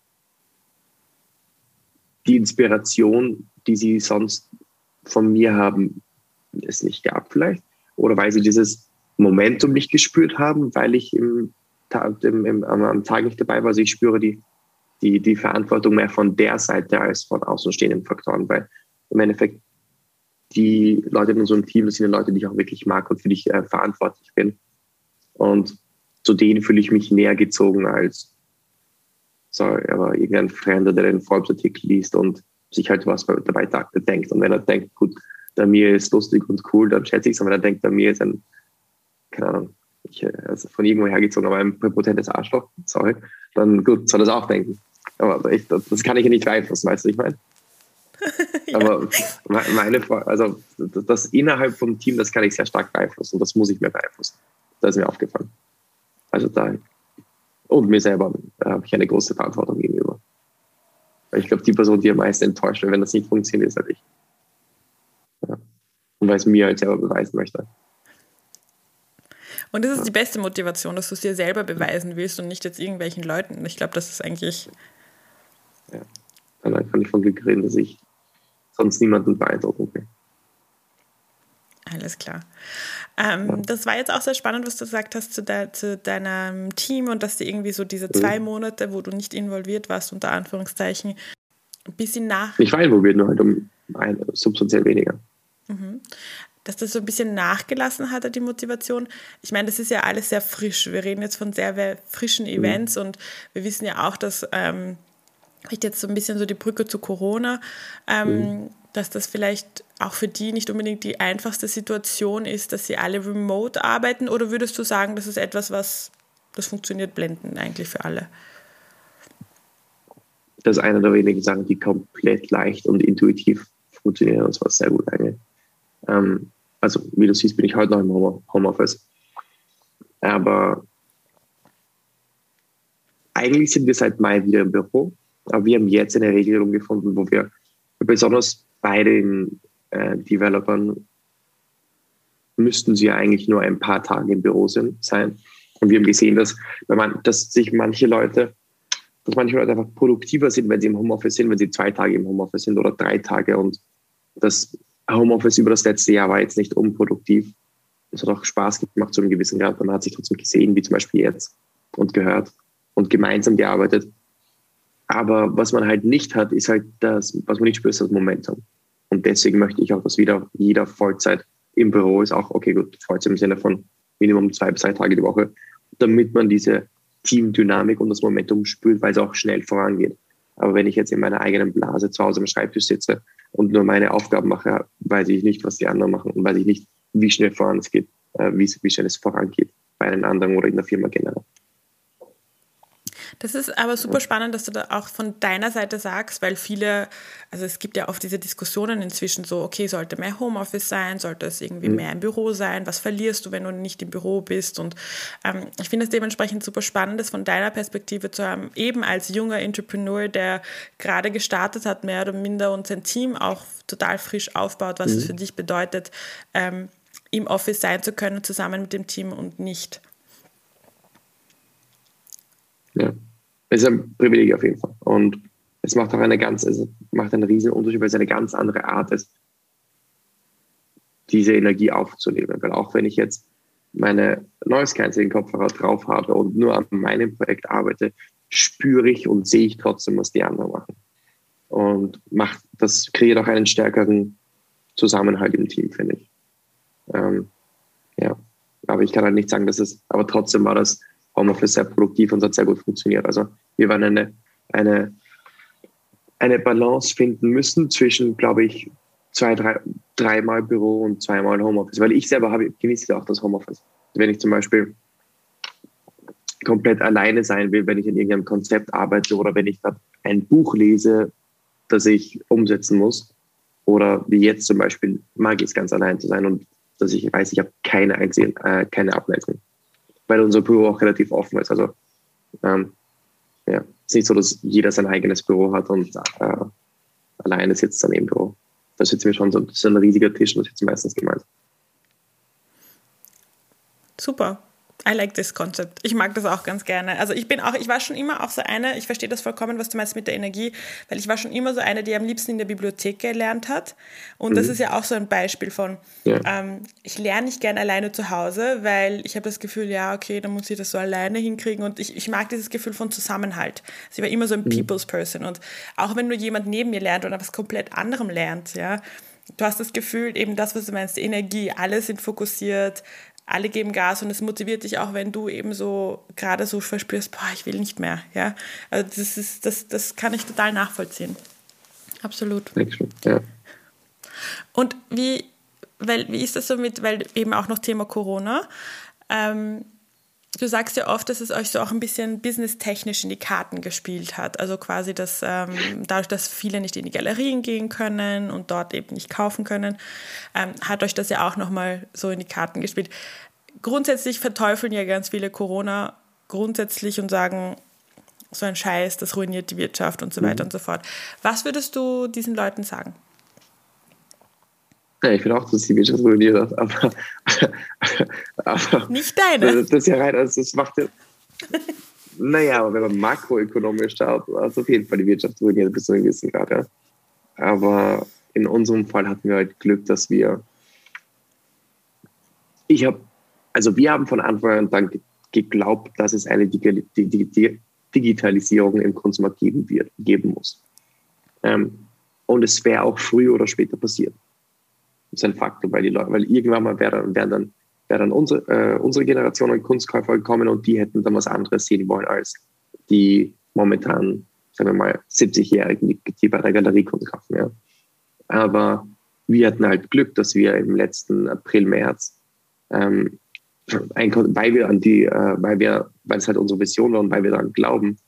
die Inspiration, die sie sonst von mir haben, es nicht gab vielleicht. Oder weil sie dieses Momentum nicht gespürt haben, weil ich im, im, im, am Tag nicht dabei war. Also ich spüre die, die, die Verantwortung mehr von der Seite als von außenstehenden Faktoren, weil im Endeffekt die Leute in unserem Team, das sind die Leute, die ich auch wirklich mag und für die ich äh, verantwortlich bin. Und zu denen fühle ich mich näher gezogen als sorry, aber irgendein Fremder, der den Forbes-Artikel liest und sich halt was dabei denkt. Und wenn er denkt, gut, der mir ist lustig und cool, dann schätze ich es. Und wenn er denkt, der mir ist ein, keine Ahnung, ich, also von irgendwo hergezogen, aber ein präpotentes Arschloch, sorry, dann gut, soll er es auch denken. Aber ich, das, das kann ich ja nicht beeinflussen, weißt du, was ich meine? Ja. Aber meine, also das innerhalb vom Team, das kann ich sehr stark beeinflussen und das muss ich mir beeinflussen. Das ist mir aufgefallen. Also da, und mir selber da habe ich eine große Verantwortung gegenüber. Weil ich glaube, die Person, die am meisten enttäuscht wird, wenn das nicht funktioniert, ist halt ich. Ja. Und weil es mir halt selber beweisen möchte. Und das ist ja die beste Motivation, dass du es dir selber beweisen willst und nicht jetzt irgendwelchen Leuten. Ich glaube, das ist eigentlich... Ja, dann kann ich von Glück reden, dass ich sonst niemanden beeindrucken will. Alles klar. Ähm, Ja. Das war jetzt auch sehr spannend, was du gesagt hast zu, de, zu deinem Team und dass du irgendwie so diese zwei Mhm. Monate, wo du nicht involviert warst, unter Anführungszeichen, ein bisschen nach... Ich war involviert, nur halt um ein, substanziell weniger. Mhm. Dass das so ein bisschen nachgelassen hatte, die Motivation. Ich meine, das ist ja alles sehr frisch. Wir reden jetzt von sehr, sehr frischen Events Mhm. und wir wissen ja auch, dass, ähm, ich jetzt so ein bisschen so die Brücke zu Corona, ähm, Mhm. dass das vielleicht auch für die nicht unbedingt die einfachste Situation ist, dass sie alle remote arbeiten, oder würdest du sagen, das ist etwas, was, das funktioniert blendend eigentlich für alle? Das ist eine der wenigen Sachen, die komplett leicht und intuitiv funktionieren, und zwar sehr gut eigentlich. Ähm, also wie du siehst, bin ich heute noch im Home- Homeoffice. Aber eigentlich sind wir seit Mai wieder im Büro. Aber wir haben jetzt eine Regelung gefunden, wo wir besonders bei den äh, Developern müssten sie ja eigentlich nur ein paar Tage im Büro sind, sein. Und wir haben gesehen, dass, wenn man, dass sich manche Leute, dass manche Leute einfach produktiver sind, wenn sie im Homeoffice sind, wenn sie zwei Tage im Homeoffice sind oder drei Tage. Und das Homeoffice über das letzte Jahr war jetzt nicht unproduktiv. Es hat auch Spaß gemacht zu einem gewissen Grad. Man hat sich trotzdem gesehen, wie zum Beispiel jetzt, und gehört und gemeinsam gearbeitet. Aber was man halt nicht hat, ist halt das, was man nicht spürt, ist das Momentum. Und deswegen möchte ich auch, dass wieder jeder Vollzeit im Büro ist, auch, okay, gut, Vollzeit im Sinne von Minimum zwei bis drei Tage die Woche, damit man diese Teamdynamik und das Momentum spürt, weil es auch schnell vorangeht. Aber wenn ich jetzt in meiner eigenen Blase zu Hause am Schreibtisch sitze und nur meine Aufgaben mache, weiß ich nicht, was die anderen machen und weiß ich nicht, wie schnell voran es geht, äh, wie, wie schnell es vorangeht bei einem anderen oder in der Firma generell. Das ist aber super spannend, dass du da auch von deiner Seite sagst, weil viele, also es gibt ja oft diese Diskussionen inzwischen so, okay, sollte mehr Homeoffice sein, sollte es irgendwie Mhm. mehr im Büro sein, was verlierst du, wenn du nicht im Büro bist, und ähm, ich finde es dementsprechend super spannend, das von deiner Perspektive zu haben, eben als junger Entrepreneur, der gerade gestartet hat, mehr oder minder, und sein Team auch total frisch aufbaut, was Mhm. es für dich bedeutet, ähm, im Office sein zu können, zusammen mit dem Team und nicht. Ja, es ist ein Privileg auf jeden Fall. Und es macht auch eine ganz, es macht einen riesen Unterschied, weil es eine ganz andere Art ist, diese Energie aufzunehmen. Weil auch wenn ich jetzt meine Noise Cancelling Kopfhörer drauf habe und nur an meinem Projekt arbeite, spüre ich und sehe ich trotzdem, was die anderen machen. Und macht, das kreiert auch einen stärkeren Zusammenhalt im Team, finde ich. Ähm, ja, aber ich kann halt nicht sagen, dass es, aber trotzdem war das Homeoffice sehr produktiv und hat sehr gut funktioniert. Also wir waren eine, eine, eine Balance finden müssen zwischen, glaube ich, zwei, drei, dreimal Büro und zweimal Homeoffice. Weil ich selber habe, genieße auch das Homeoffice. Wenn ich zum Beispiel komplett alleine sein will, wenn ich in irgendeinem Konzept arbeite oder wenn ich ein Buch lese, das ich umsetzen muss, oder wie jetzt zum Beispiel, mag ich es ganz allein zu sein und dass ich weiß, ich habe keine einzige, äh, keine Ablenkung. Weil unser Büro auch relativ offen ist. Also ähm, ja, es ist nicht so, dass jeder sein eigenes Büro hat und äh, alleine sitzt dann im Büro. Da sitzen wir schon so, das ist ein riesiger Tisch und das ist meistens gemeint. Super. I like this concept. Ich mag das auch ganz gerne. Also ich bin auch, ich war schon immer auch so eine, ich verstehe das vollkommen, was du meinst mit der Energie, weil ich war schon immer so eine, die am liebsten in der Bibliothek gelernt hat. Und mhm. das ist ja auch so ein Beispiel von, ja. ähm, ich lerne nicht gern alleine zu Hause, weil ich habe das Gefühl, ja, okay, dann muss ich das so alleine hinkriegen, und ich, ich mag dieses Gefühl von Zusammenhalt. Also ich war immer so ein mhm. People's Person, und auch wenn nur jemand neben mir lernt oder was komplett anderem lernt, ja, du hast das Gefühl, eben das, was du meinst, die Energie, alle sind fokussiert, alle geben Gas, und es motiviert dich auch, wenn du eben so gerade so verspürst, boah, ich will nicht mehr. Ja? Also das ist, das, das kann ich total nachvollziehen. Absolut. Ja. Und wie, weil, wie ist das so mit, weil eben auch noch Thema Corona, ähm, du sagst ja oft, dass es euch so auch ein bisschen businesstechnisch in die Karten gespielt hat. Also quasi, dass ähm, dadurch, dass viele nicht in die Galerien gehen können und dort eben nicht kaufen können, ähm, hat euch das ja auch nochmal so in die Karten gespielt. Grundsätzlich verteufeln ja ganz viele Corona grundsätzlich und sagen, so ein Scheiß, das ruiniert die Wirtschaft und so weiter mhm. und so fort. Was würdest du diesen Leuten sagen? Ja, ich finde auch, dass die Wirtschaft ruiniert hat, aber, aber nicht deine. Das, das ist ja rein, also das macht ja, naja, aber wenn man makroökonomisch schaut, also auf jeden Fall die Wirtschaft ruiniert bis zu einem gewissen Grad, ja. Aber in unserem Fall hatten wir halt Glück, dass wir ich habe, also wir haben von Anfang an dann geglaubt, dass es eine Dig- Dig- Dig- Digitalisierung im Kunstmarkt geben wird, geben muss. Ähm, und es wäre auch früher oder später passiert. Das ist ein Faktor, weil die Leute, weil irgendwann mal wäre wär dann, wär dann unsere, äh, unsere Generation an Kunstkäufer gekommen und die hätten dann was anderes sehen wollen als die momentan, sagen wir mal, siebzigjährigen, die, die bei der Galerie Kunst kaufen. Ja. Aber wir hatten halt Glück, dass wir im letzten April, März ähm, weil wir an die, äh, weil wir, weil es halt unsere Vision war und weil wir daran glauben,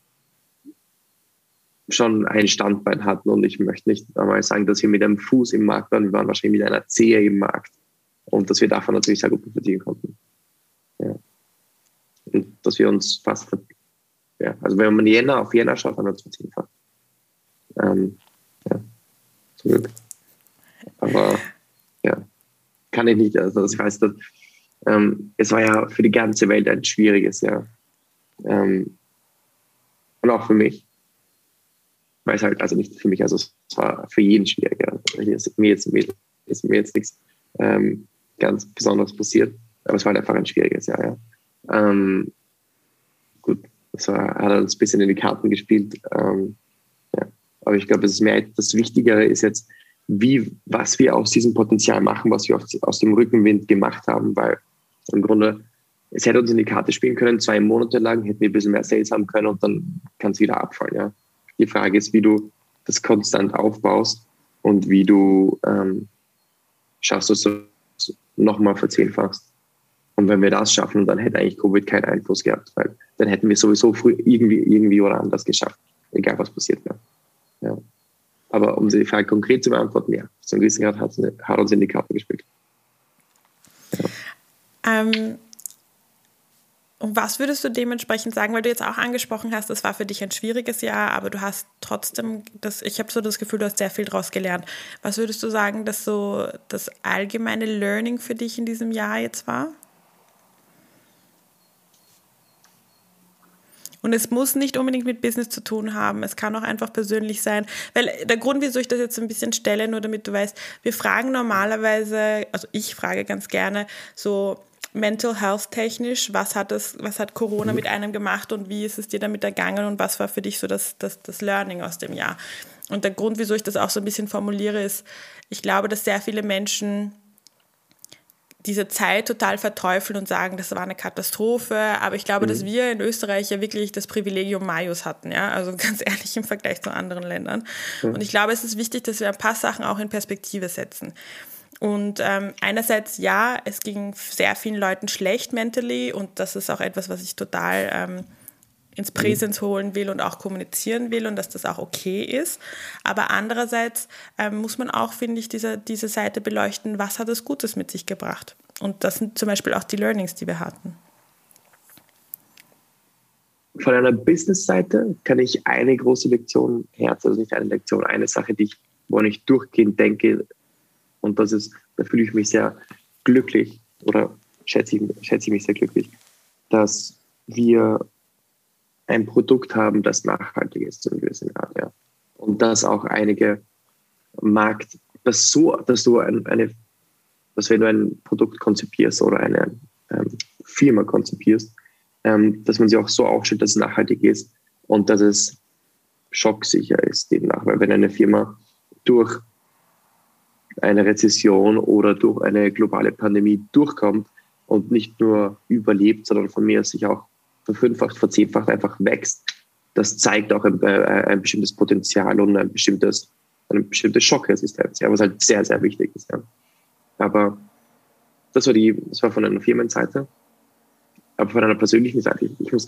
schon ein Standbein hatten. Und ich möchte nicht einmal sagen, dass wir mit einem Fuß im Markt waren, wir waren wahrscheinlich mit einer Zehe im Markt und dass wir davon natürlich sehr gut profitieren konnten. Ja. Und dass wir uns fast, ja, also wenn man Jänner auf Jänner schaut, haben wir uns verzehnfacht. Ähm, ja, zum Glück. Aber ja, kann ich nicht, also ich weiß, dass Ähm, es war ja für die ganze Welt ein schwieriges Jahr. Ähm, und auch für mich. Weil es halt, also nicht für mich, also es war für jeden schwieriger. Ist mir jetzt, mir, ist mir jetzt nichts ähm, ganz Besonderes passiert, aber es war halt einfach ein schwieriges Jahr. Ja. Ähm, gut, das war, hat uns ein bisschen in die Karten gespielt. Ähm, ja. Aber ich glaube, es ist mehr, das Wichtigere ist jetzt, wie, was wir aus diesem Potenzial machen, was wir aus, aus dem Rückenwind gemacht haben, weil im Grunde, es hätte uns in die Karte spielen können, zwei Monate lang, hätten wir ein bisschen mehr Sales haben können und dann kann es wieder abfallen. Ja. Die Frage ist, wie du das konstant aufbaust und wie du ähm, schaffst, dass du es nochmal verzehnfachst. Und wenn wir das schaffen, dann hätte eigentlich Covid keinen Einfluss gehabt, weil dann hätten wir sowieso früh irgendwie, irgendwie oder anders geschafft, egal was passiert wäre. Ja. Aber um die Frage konkret zu beantworten, ja, zu einem gewissen Grad hat, hat uns in die Karte gespielt. Ja. Ähm, und was würdest du dementsprechend sagen, weil du jetzt auch angesprochen hast, das war für dich ein schwieriges Jahr, aber du hast trotzdem, das, ich habe so das Gefühl, du hast sehr viel daraus gelernt. Was würdest du sagen, dass so das allgemeine Learning für dich in diesem Jahr jetzt war? Und es muss nicht unbedingt mit Business zu tun haben. Es kann auch einfach persönlich sein. Weil der Grund, wieso ich das jetzt ein bisschen stelle, nur damit du weißt, wir fragen normalerweise, also ich frage ganz gerne so mental health technisch, was hat das, was hat Corona mit einem gemacht und wie ist es dir damit ergangen und was war für dich so das, das, das Learning aus dem Jahr? Und der Grund, wieso ich das auch so ein bisschen formuliere, ist, ich glaube, dass sehr viele Menschen diese Zeit total verteufeln und sagen, das war eine Katastrophe, aber ich glaube, mhm. dass wir in Österreich ja wirklich das Privilegium Majus hatten, ja, also ganz ehrlich im Vergleich zu anderen Ländern. Mhm. Und ich glaube, es ist wichtig, dass wir ein paar Sachen auch in Perspektive setzen. Und ähm, einerseits, ja, es ging sehr vielen Leuten schlecht mentally und das ist auch etwas, was ich total ähm, ins Präsens holen will und auch kommunizieren will und dass das auch okay ist. Aber andererseits ähm, muss man auch, finde ich, diese, diese Seite beleuchten, was hat es Gutes mit sich gebracht. Und das sind zum Beispiel auch die Learnings, die wir hatten. Von einer Business-Seite kann ich eine große Lektion herz, also nicht eine Lektion, eine Sache, die ich, wo ich durchgehend denke, und das ist, da fühle ich mich sehr glücklich oder schätze ich, schätze ich mich sehr glücklich, dass wir ein Produkt haben, das nachhaltig ist zu einem gewissen Grad, ja. Und dass auch einige Markt, dass so, dass du ein, eine, dass wenn du ein Produkt konzipierst oder eine ähm, Firma konzipierst, ähm, dass man sie auch so aufstellt, dass es nachhaltig ist und dass es schocksicher ist demnach. Weil wenn eine Firma durch eine Rezession oder durch eine globale Pandemie durchkommt und nicht nur überlebt, sondern von mir sich auch verfünffacht, verzehnfacht einfach wächst, das zeigt auch ein, äh, ein bestimmtes Potenzial und ein bestimmtes, eine bestimmte Schockresistenz, ja, was halt sehr, sehr wichtig ist. Ja. Aber das war, die, das war von einer Firmenseite, aber von einer persönlichen Seite. Ich, ich muss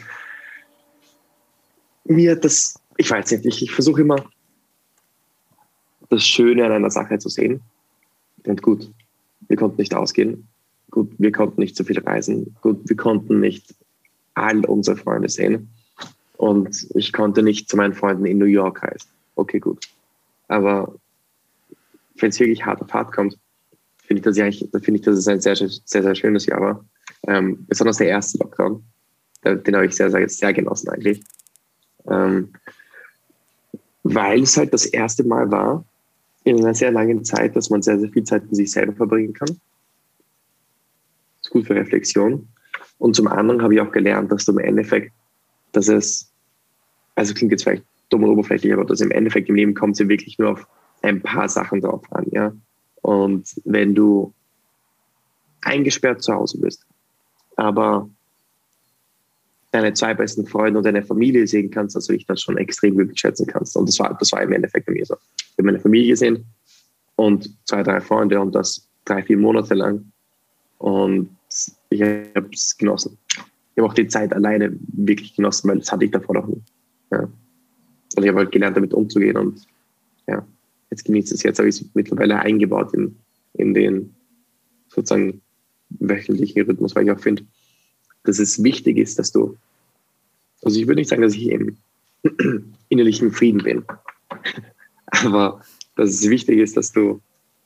mir das, ich weiß nicht, ich, ich versuche immer das Schöne an einer Sache zu sehen. Und gut, wir konnten nicht ausgehen. Gut, wir konnten nicht so viel reisen. Gut, wir konnten nicht all unsere Freunde sehen. Und ich konnte nicht zu meinen Freunden in New York reisen. Okay, gut. Aber wenn es wirklich hart auf hart kommt, finde ich, dass ich eigentlich, finde ich, dass es ein sehr, sehr, sehr schönes Jahr war. Ähm, besonders der erste Lockdown. Den habe ich sehr, sehr, sehr genossen eigentlich. Ähm, weil es halt das erste Mal war, in einer sehr langen Zeit, dass man sehr, sehr viel Zeit mit sich selber verbringen kann. gut für Reflexion. Und zum anderen habe ich auch gelernt, dass du im Endeffekt, dass es, also klingt jetzt vielleicht dumm und oberflächlich, aber dass im Endeffekt im Leben kommt es ja wirklich nur auf ein paar Sachen drauf an. Ja? Und wenn du eingesperrt zu Hause bist, aber deine zwei besten Freunde und deine Familie sehen kannst, dass du dich das schon extrem glücklich schätzen kannst. Und das war, das war im Endeffekt bei mir so. Ich habe meine Familie gesehen und zwei, drei Freunde und das drei, vier Monate lang. Und ich habe es genossen. Ich habe auch die Zeit alleine wirklich genossen, weil das hatte ich davor noch nie. Ja. Und ich habe halt gelernt, damit umzugehen und ja, jetzt genieße ich es. Jetzt habe ich es mittlerweile eingebaut in, in den sozusagen wöchentlichen Rhythmus, weil ich auch finde, dass es wichtig ist, dass du, also ich würde nicht sagen, dass ich im innerlichen Frieden bin, aber dass es wichtig ist, dass du,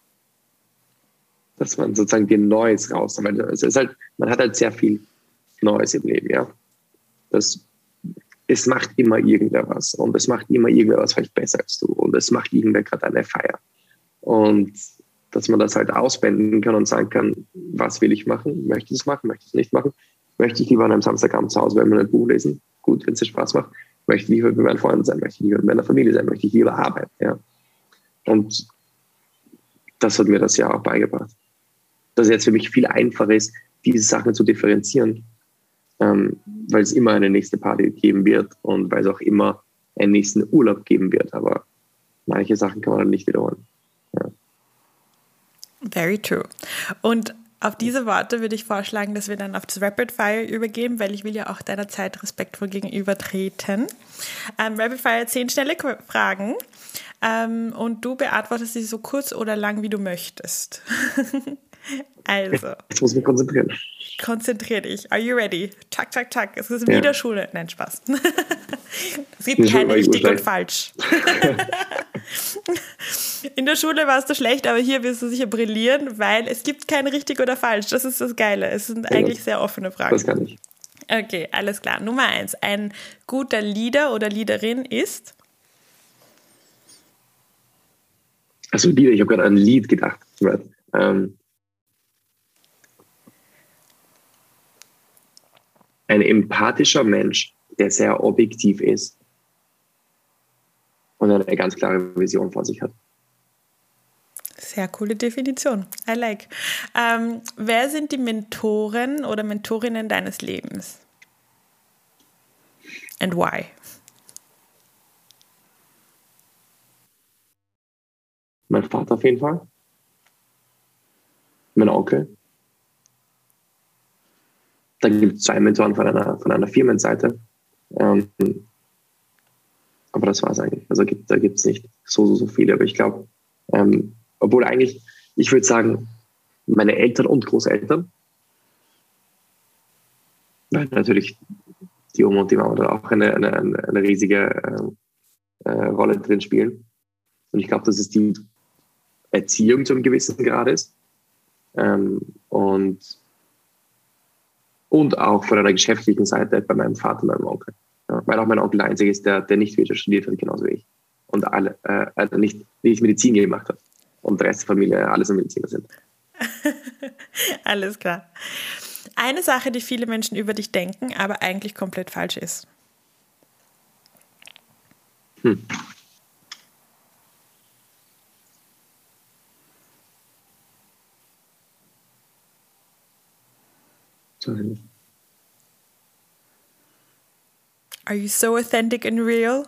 dass man sozusagen dir Neues raus, weil es ist halt, man hat halt sehr viel Neues im Leben, ja. Das, es macht immer irgendwer was und es macht immer irgendwer was vielleicht besser als du und es macht irgendwer gerade eine Feier. Und dass man das halt ausblenden kann und sagen kann, was will ich machen? Möchte ich es machen? Möchte ich es nicht machen? Möchte ich lieber an einem Samstagabend zu Hause bei mir ein Buch lesen? Gut, wenn es dir Spaß macht. Möchte ich lieber mit meinen Freunden sein? Möchte ich lieber mit meiner Familie sein? Möchte ich lieber arbeiten? Ja. Und das hat mir das ja auch beigebracht. Dass es jetzt für mich viel einfacher ist, diese Sachen zu differenzieren, ähm, weil es immer eine nächste Party geben wird und weil es auch immer einen nächsten Urlaub geben wird. Aber manche Sachen kann man dann nicht wiederholen. Ja. Very true. Und auf diese Worte würde ich vorschlagen, dass wir dann auf das Rapid Fire übergehen, weil ich will ja auch deiner Zeit respektvoll gegenübertreten. Ähm, Rapid Fire, zehn schnelle Fragen ähm, und du beantwortest sie so kurz oder lang, wie du möchtest. Also. Jetzt muss ich mich konzentrieren. Konzentrier dich. Are you ready? Tack, tack, tack. Es ist ja. wieder Schule. Nein, Spaß. Es gibt kein richtig und falsch. In der Schule warst du schlecht, aber hier wirst du sicher brillieren, weil es gibt kein richtig oder falsch. Das ist das Geile. Es sind eigentlich sehr offene Fragen. Das kann ich. Okay, alles klar. Nummer eins. Ein guter Leader oder Leaderin ist? Also Lieder, ich habe gerade an ein Lied gedacht. Ähm, ein empathischer Mensch, der sehr objektiv ist und eine ganz klare Vision vor sich hat. Sehr coole Definition. I like. Ähm, wer sind die Mentoren oder Mentorinnen deines Lebens? And why? Mein Vater auf jeden Fall. Mein Onkel. Dann gibt es zwei Mentoren von einer, von einer Firmenseite. Ähm, aber das war es eigentlich. Also gibt, da gibt es nicht so, so, so viele. Aber ich glaube, ähm, obwohl eigentlich, ich würde sagen, meine Eltern und Großeltern, weil natürlich die Oma und die Mama da auch eine, eine, eine riesige äh, äh, Rolle drin spielen. Und ich glaube, dass es die Erziehung zu einem gewissen Grad ist. Ähm, und, und auch von einer geschäftlichen Seite bei meinem Vater und meinem Onkel. Ja, weil auch mein Onkel der Einzige ist, der, der nicht Wirtschaft studiert hat, genauso wie ich. Und alle, äh, also nicht, nicht Medizin gemacht hat. Und der Rest der Familie alles Mediziner sind. Alles klar. Eine Sache, die viele Menschen über dich denken, aber eigentlich komplett falsch ist. Hm. Sorry. Are you so authentic and real?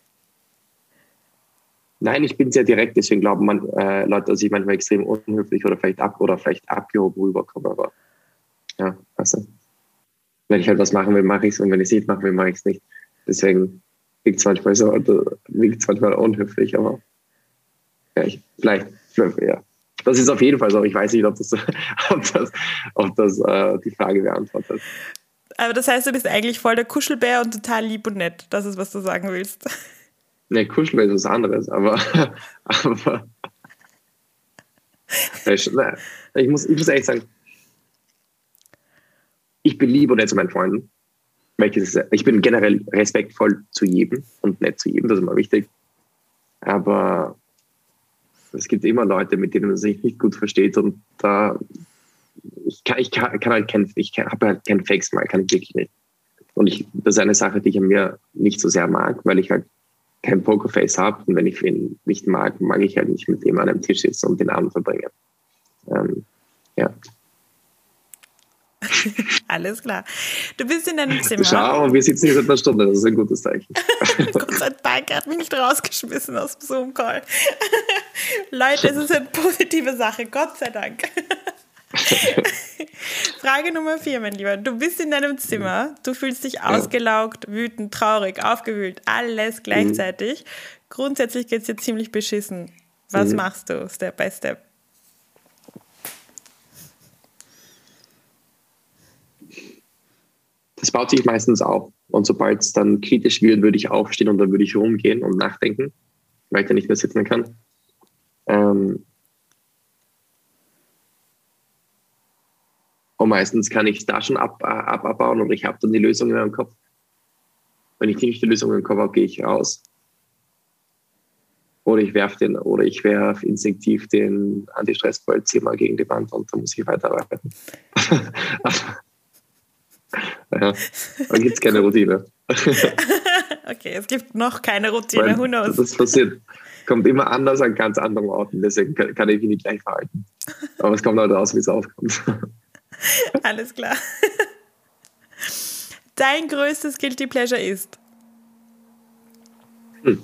Nein, ich bin sehr direkt, deswegen glauben man, äh, Leute, dass ich manchmal extrem unhöflich oder vielleicht ab oder vielleicht abgehoben rüberkomme, aber ja, also wenn ich halt was machen will, mache ich es und wenn ich es nicht machen will, mache ich es nicht. Deswegen wirkt es manchmal so, wirkt es manchmal unhöflich, aber ja, ich, vielleicht, ja. Das ist auf jeden Fall so, ich weiß nicht, ob das, ob das, ob das äh, die Frage beantwortet. Aber das heißt, du bist eigentlich voll der Kuschelbär und total lieb und nett. Das ist, was du sagen willst. Ne, Kuschelbär ist was anderes, aber, aber ich muss, ich muss ehrlich sagen, ich bin lieb und nett zu meinen Freunden. Ich bin generell respektvoll zu jedem und nett zu jedem, das ist immer wichtig. Aber es gibt immer Leute, mit denen man sich nicht gut versteht und da ich kann, ich kann, kann halt kein, ich habe halt kein Fake-Smile, kann ich wirklich nicht. Und ich, das ist eine Sache, die ich an mir nicht so sehr mag, weil ich halt kein Pokerface habe. Und wenn ich ihn nicht mag, mag ich halt nicht mit ihm an einem Tisch sitzen und den Abend verbringen. Ähm, ja. Alles klar. Du bist in deinem Zimmer. Schau, wir sitzen hier seit einer Stunde, das ist ein gutes Zeichen. Gott sei Dank, er hat mich nicht rausgeschmissen aus dem Zoom-Call. Leute, es ist eine positive Sache, Gott sei Dank. Frage Nummer vier, mein Lieber. Du bist in deinem Zimmer, du fühlst dich ausgelaugt, wütend, traurig, aufgewühlt, alles gleichzeitig. Mhm. Grundsätzlich geht es dir ziemlich beschissen. Was mhm. machst du, Step by Step? Das baut sich meistens auf. Und sobald es dann kritisch wird, würde ich aufstehen und dann würde ich rumgehen und nachdenken, weil ich dann nicht mehr sitzen kann. Ähm und meistens kann ich es da schon ab, ab, abbauen und ich habe dann die Lösung in meinem Kopf. Wenn ich nicht die Lösung im Kopf habe, gehe ich raus. Oder ich werfe den, oder ich werfe instinktiv den Anti-Stress-Ball zehnmal gegen die Wand und dann muss ich weiterarbeiten. Ja, dann gibt es keine Routine. Okay, es gibt noch keine Routine, Weil who knows? Das passiert, kommt immer anders an ganz anderen Orten, deswegen kann, kann ich mich nicht gleich verhalten. Aber es kommt halt raus, wie es aufkommt. Alles klar. Dein größtes Guilty Pleasure ist? Hm.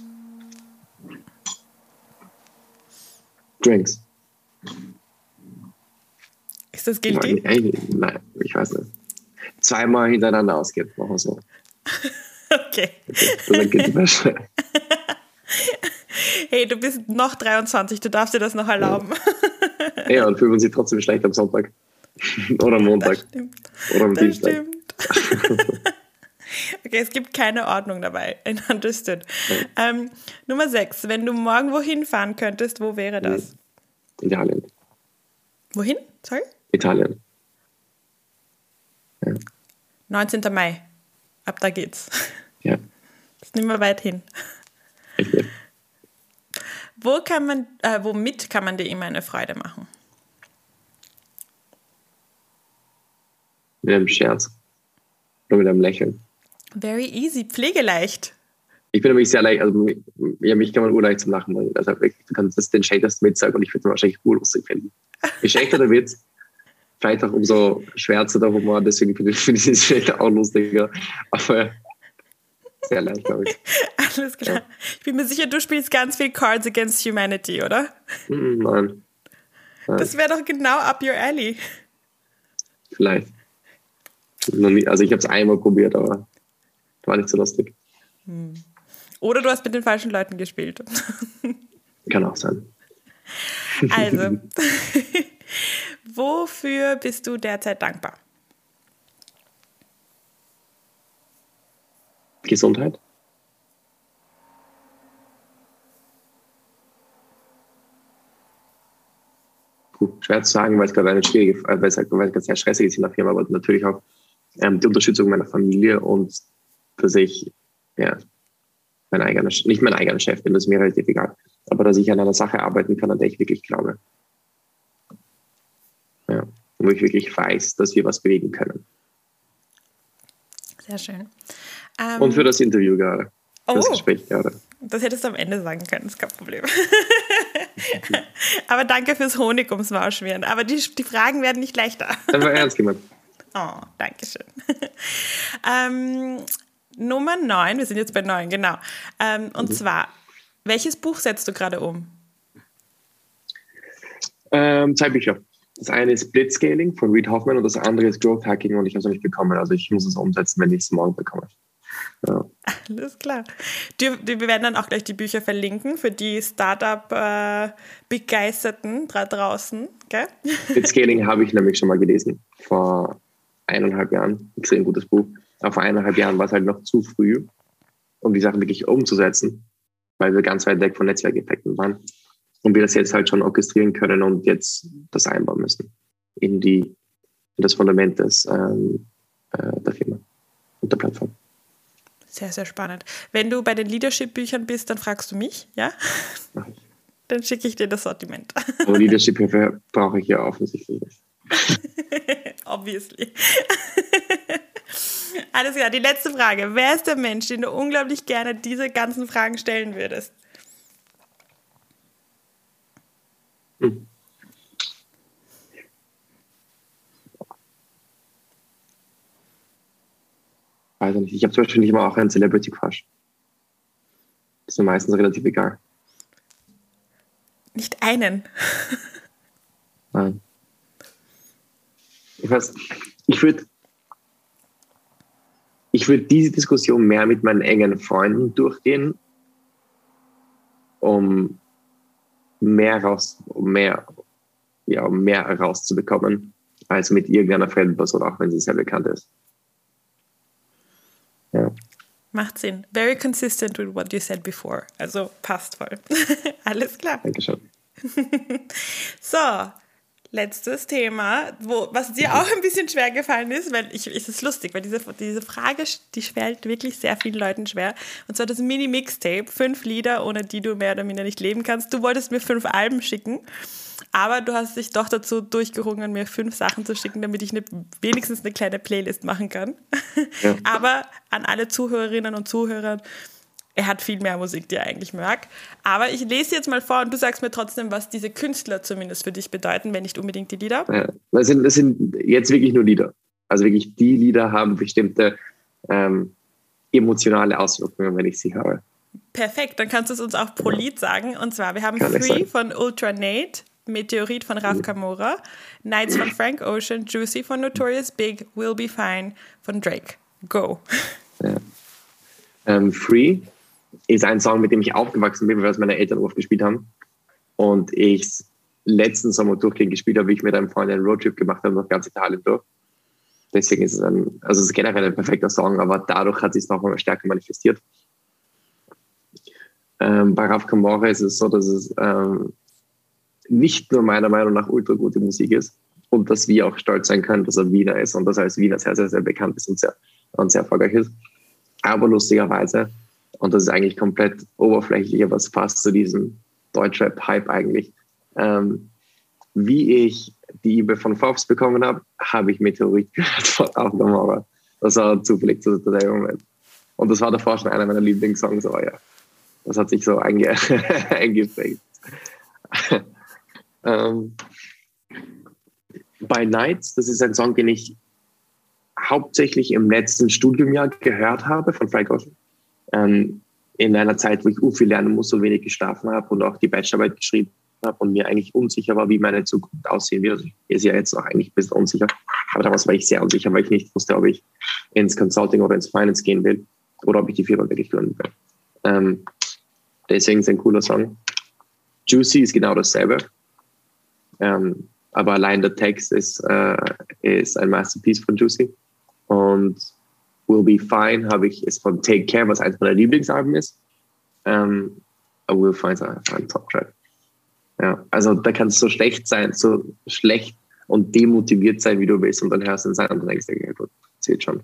Drinks. Ist das guilty? Nein, nein, ich weiß nicht. Zweimal hintereinander ausgeht, machen wir so. Okay. Das ist ein Guilty Pleasure. Hey, du bist noch dreiundzwanzig, du darfst dir das noch erlauben. Ja, ja, und fühlen sich trotzdem schlecht am Sonntag. Oder am Montag. Das stimmt. Oder am das Dienstag. Stimmt. Okay, es gibt keine Ordnung dabei. Understood. Ja. Ähm, Nummer sechs. Wenn du morgen wohin fahren könntest, wo wäre das? Italien. Wohin? Sorry? Italien. Ja. neunzehnten Mai. Ab da geht's. Ja. Das ist nicht mehr weit hin. Richtig. Wo kann man, äh, womit kann man dir immer eine Freude machen? Mit einem Scherz. Oder mit einem Lächeln. Very easy, pflegeleicht. Ich bin nämlich sehr leicht, also ja, mich kann man urleicht zum Lachen bringen. Also wirklich, du kannst das den schlechtesten Witz sagen und ich würde es wahrscheinlich urlustig finden. Je schlechter der Witz, vielleicht auch umso schwärzer der Humor, deswegen finde ich, find ich es vielleicht auch lustiger. Aber sehr leicht, glaube ich. Alles klar. Ja. Ich bin mir sicher, du spielst ganz viel Cards Against Humanity, oder? Mm, nein. nein. Das wäre doch genau up your alley. Vielleicht. Nie, also ich habe es einmal probiert, aber war nicht so lustig. Hm. Oder du hast mit den falschen Leuten gespielt. Kann auch sein. Also, wofür bist du derzeit dankbar? Gesundheit. Puh, schwer zu sagen, weil es gerade eine schwierige, weil es halt sehr stressig ist in der Firma, aber natürlich auch ähm, die Unterstützung meiner Familie und dass ich ja, mein eigener, nicht mein eigener Chef bin, das ist mir relativ egal, aber dass ich an einer Sache arbeiten kann, an der ich wirklich glaube. Ja, wo ich wirklich weiß, dass wir was bewegen können. Sehr schön. Ähm, und für das Interview gerade. Für oh, das Gespräch gerade. Das hättest du am Ende sagen können, ist kein Problem. Aber danke fürs Honig ums Maul schmieren. Aber die, die Fragen werden nicht leichter. Das war ernst gemeint. Oh, danke schön. ähm, Nummer neun, wir sind jetzt bei neun, genau. Ähm, und mhm. zwar, welches Buch setzt du gerade um? Ähm, zwei Bücher. Das eine ist Blitzscaling von Reid Hoffman und das andere ist Growth Hacking und ich habe es noch nicht bekommen. Also ich muss es umsetzen, wenn ich es morgen bekomme. Ja. Alles klar. Du, wir werden dann auch gleich die Bücher verlinken für die Startup-Begeisterten äh, da draußen. Gell? Blitzscaling habe ich nämlich schon mal gelesen, vor eineinhalb Jahren. Extrem gutes Buch. Aber vor eineinhalb Jahren war es halt noch zu früh, um die Sachen wirklich umzusetzen, weil wir ganz weit weg von Netzwerkeffekten waren. Und wir das jetzt halt schon orchestrieren können und jetzt das einbauen müssen in, die, in das Fundament des, ähm, äh, der Firma und der Plattform. Sehr, sehr spannend. Wenn du bei den Leadership-Büchern bist, dann fragst du mich, ja? Dann schicke ich dir das Sortiment. Aber Leadership-Bücher brauche ich ja offensichtlich nicht. Obviously. Alles klar, die letzte Frage. Wer ist der Mensch, den du unglaublich gerne diese ganzen Fragen stellen würdest? Hm. Weiß ich nicht. Ich habe zum Beispiel nicht immer auch einen Celebrity-Crush. Ist mir meistens relativ egal. Nicht einen? Nein. Ich weiß, ich würde ich würd diese Diskussion mehr mit meinen engen Freunden durchgehen, um mehr raus, um mehr, ja, um mehr rauszubekommen, als mit irgendeiner fremden Person, auch wenn sie sehr bekannt ist. Ja. Macht Sinn. Very consistent with what you said before. Also passt voll. Alles klar. Dankeschön. So, letztes Thema, wo, was dir auch ein bisschen schwer gefallen ist, weil ich, es ist lustig, weil diese, diese Frage, die fällt wirklich sehr vielen Leuten schwer. Und zwar das Mini-Mixtape, fünf Lieder, ohne die du mehr oder minder nicht leben kannst. Du wolltest mir fünf Alben schicken, aber du hast dich doch dazu durchgerungen, mir fünf Sachen zu schicken, damit ich eine, wenigstens eine kleine Playlist machen kann. Ja. Aber an alle Zuhörerinnen und Zuhörer, er hat viel mehr Musik, die er eigentlich mag. Aber ich lese jetzt mal vor und du sagst mir trotzdem, was diese Künstler zumindest für dich bedeuten, wenn nicht unbedingt die Lieder. Ja, das sind, das sind jetzt wirklich nur Lieder. Also wirklich die Lieder haben bestimmte ähm, emotionale Auswirkungen, wenn ich sie habe. Perfekt, dann kannst du es uns auch pro Lied sagen. Und zwar, wir haben Kann Free von Ultra Nate, Meteorit von Raf Kamora, Nights von Frank Ocean, Juicy von Notorious Big, Will Be Fine von Drake. Go. Ja. Ähm, Free ist ein Song, mit dem ich aufgewachsen bin, weil es meine Eltern oft gespielt haben. Und ich es letzten Sommer durchgehend gespielt habe, wie ich mit einem Freund einen Roadtrip gemacht habe, noch ganz Italien durch. Deswegen ist es ein, also es ist generell ein perfekter Song, aber dadurch hat sich es noch mal stärker manifestiert. Ähm, bei Raf Kamora ist es so, dass es ähm, nicht nur meiner Meinung nach ultra gute Musik ist und dass wir auch stolz sein können, dass er Wiener ist und dass er als Wiener sehr, sehr, sehr bekannt ist und sehr, und sehr erfolgreich ist. Aber lustigerweise, und das ist eigentlich komplett oberflächlich, aber es passt zu diesem Deutschrap-Hype eigentlich, ähm, wie ich die E-Mail von Forbes bekommen habe, habe ich Meteorit gehört von Raf Kamora. Das war zufällig zu dem Moment. Und das war davor schon einer meiner Lieblingssongs, aber ja, das hat sich so einge eingeprägt. ähm, By Nights, das ist ein Song, den ich hauptsächlich im letzten Studiumjahr gehört habe von Frank Ocean. Ähm, in einer Zeit, wo ich u viel lernen muss, so wenig geschlafen habe und auch die Bachelorarbeit geschrieben habe und mir eigentlich unsicher war, wie meine Zukunft aussehen wird. Also ich ist ja jetzt noch eigentlich ein bisschen unsicher, aber damals war ich sehr unsicher, weil ich nicht wusste, ob ich ins Consulting oder ins Finance gehen will oder ob ich die Firma wirklich gründen will. Ähm, deswegen ist ein cooler Song. Juicy ist genau dasselbe. Ähm, aber allein der Text ist, äh, ist ein Masterpiece von Juicy. Und Will Be Fine habe ich, ist von Take Care, was eines meiner Lieblingsalben ist. Ähm, aber Will Be Fine ist einfach ein Top-Track. Ja, also da kann es so schlecht sein, so schlecht und demotiviert sein, wie du willst. Und dann hörst du es an und denkst dir, ja gut, zählt schon.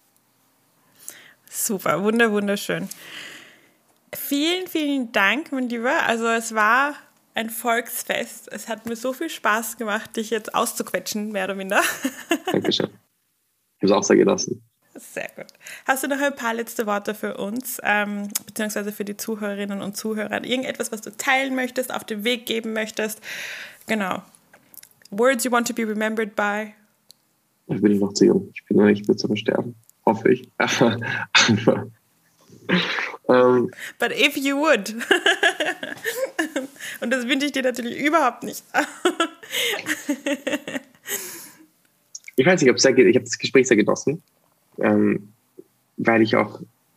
Super, wunder, wunderschön. Vielen, vielen Dank, mein Lieber. Also es war ein Volksfest. Es hat mir so viel Spaß gemacht, dich jetzt auszuquetschen, mehr oder minder. Dankeschön. Ich habe es auch sehr genossen. Sehr gut. Hast du noch ein paar letzte Worte für uns, ähm, beziehungsweise für die Zuhörerinnen und Zuhörer? Irgendetwas, was du teilen möchtest, auf den Weg geben möchtest? Genau. Words you want to be remembered by? Ich bin noch zu jung. Ich bin noch nicht kurz zu sterben. Hoffe ich. um, But if you would. Und das wünsche ich dir natürlich überhaupt nicht. Ich weiß nicht, ich habe hab das Gespräch sehr genossen, ähm, weil ich auch,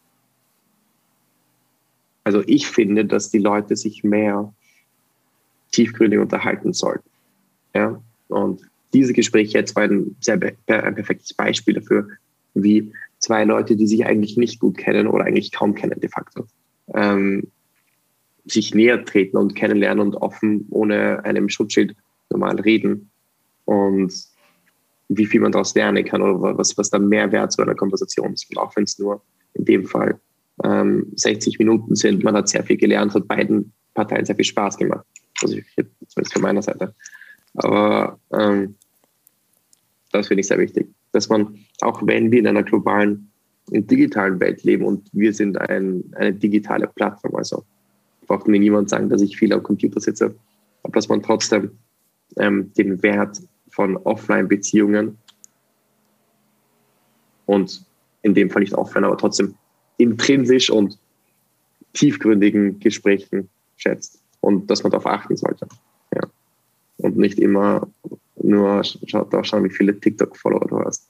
also ich finde, dass die Leute sich mehr tiefgründig unterhalten sollten. Ja? Und diese Gespräche jetzt war ein sehr ein perfektes Beispiel dafür, wie zwei Leute, die sich eigentlich nicht gut kennen oder eigentlich kaum kennen de facto, ähm, sich näher treten und kennenlernen und offen ohne einem Schutzschild normal reden und wie viel man daraus lernen kann oder was, was da Mehrwert zu einer Konversation ist. Und auch wenn es nur in dem Fall ähm, sechzig Minuten sind, man hat sehr viel gelernt, hat beiden Parteien sehr viel Spaß gemacht. Also ich, zumindest von meiner Seite. Aber ähm, Das finde ich sehr wichtig. Dass man, auch wenn wir in einer globalen, in digitalen Welt leben und wir sind ein, eine digitale Plattform, also braucht mir niemand sagen, dass ich viel am Computer sitze, aber dass man trotzdem ähm, den Wert von Offline-Beziehungen und in dem Fall nicht offline, aber trotzdem intrinsisch und tiefgründigen Gesprächen schätzt und dass man darauf achten sollte. Ja. Und nicht immer nur schaut da schauen, wie viele TikTok-Follower du hast.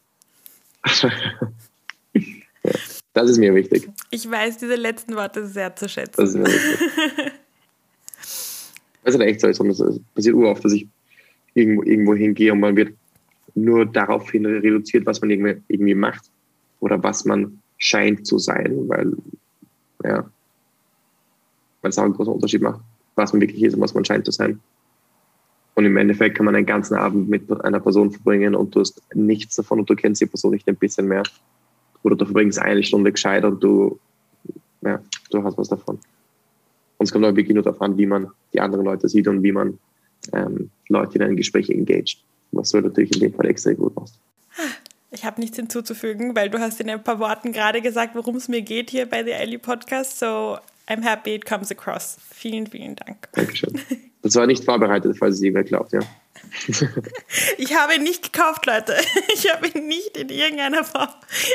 Ja. Das ist mir wichtig. Ich weiß diese letzten Worte sehr zu schätzen. Das ist mir wichtig. Das ist echt so. Es passiert uroft, dass ich irgendwo, irgendwo hingehe und man wird nur daraufhin reduziert, was man irgendwie, irgendwie macht oder was man scheint zu sein, weil ja, weil es auch einen großen Unterschied macht, was man wirklich ist und was man scheint zu sein. Und im Endeffekt kann man einen ganzen Abend mit einer Person verbringen und du hast nichts davon und du kennst die Person nicht ein bisschen mehr. Oder du verbringst eine Stunde gescheit und du, ja, du hast was davon. Und es kommt auch wirklich nur darauf an, wie man die anderen Leute sieht und wie man ähm, Leute in ein Gespräch engaged. Was du natürlich in dem Fall extrem gut machst. Ich habe nichts hinzuzufügen, weil du hast in ein paar Worten gerade gesagt, worum es mir geht hier bei The Ellie Podcast. So, I'm happy it comes across. Vielen, vielen Dank. Dankeschön. Das war nicht vorbereitet, falls es irgendwer glaubt, ja. Ich habe ihn nicht gekauft, Leute. Ich habe ihn nicht in irgendeiner Form...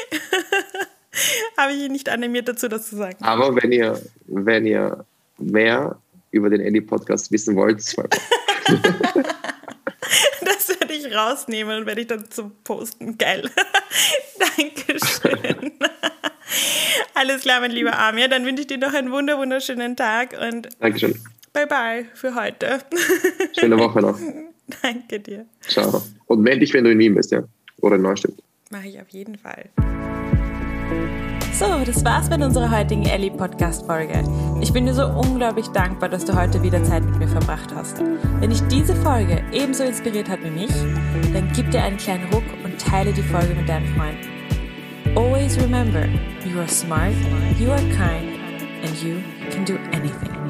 habe ich ihn nicht animiert dazu, das zu sagen. Aber wenn ihr, wenn ihr mehr über den Ellie Podcast wissen wollt, das werde ich rausnehmen und werde ich dann zum Posten. Geil. Dankeschön. Alles klar, mein lieber Amir. Dann wünsche ich dir noch einen wunder wunderschönen Tag und Dankeschön. Bye bye für heute. Schöne Woche noch. Danke dir. Ciao. Und melde dich, wenn du in Wien bist, ja? Oder in Neustadt. Mache ich auf jeden Fall. So, das war's mit unserer heutigen Ellie-Podcast-Folge. Ich bin dir so unglaublich dankbar, dass du heute wieder Zeit mit mir verbracht hast. Wenn dich diese Folge ebenso inspiriert hat wie mich, dann gib dir einen kleinen Ruck und teile die Folge mit deinen Freunden. Always remember, you are smart, you are kind, and you can do anything.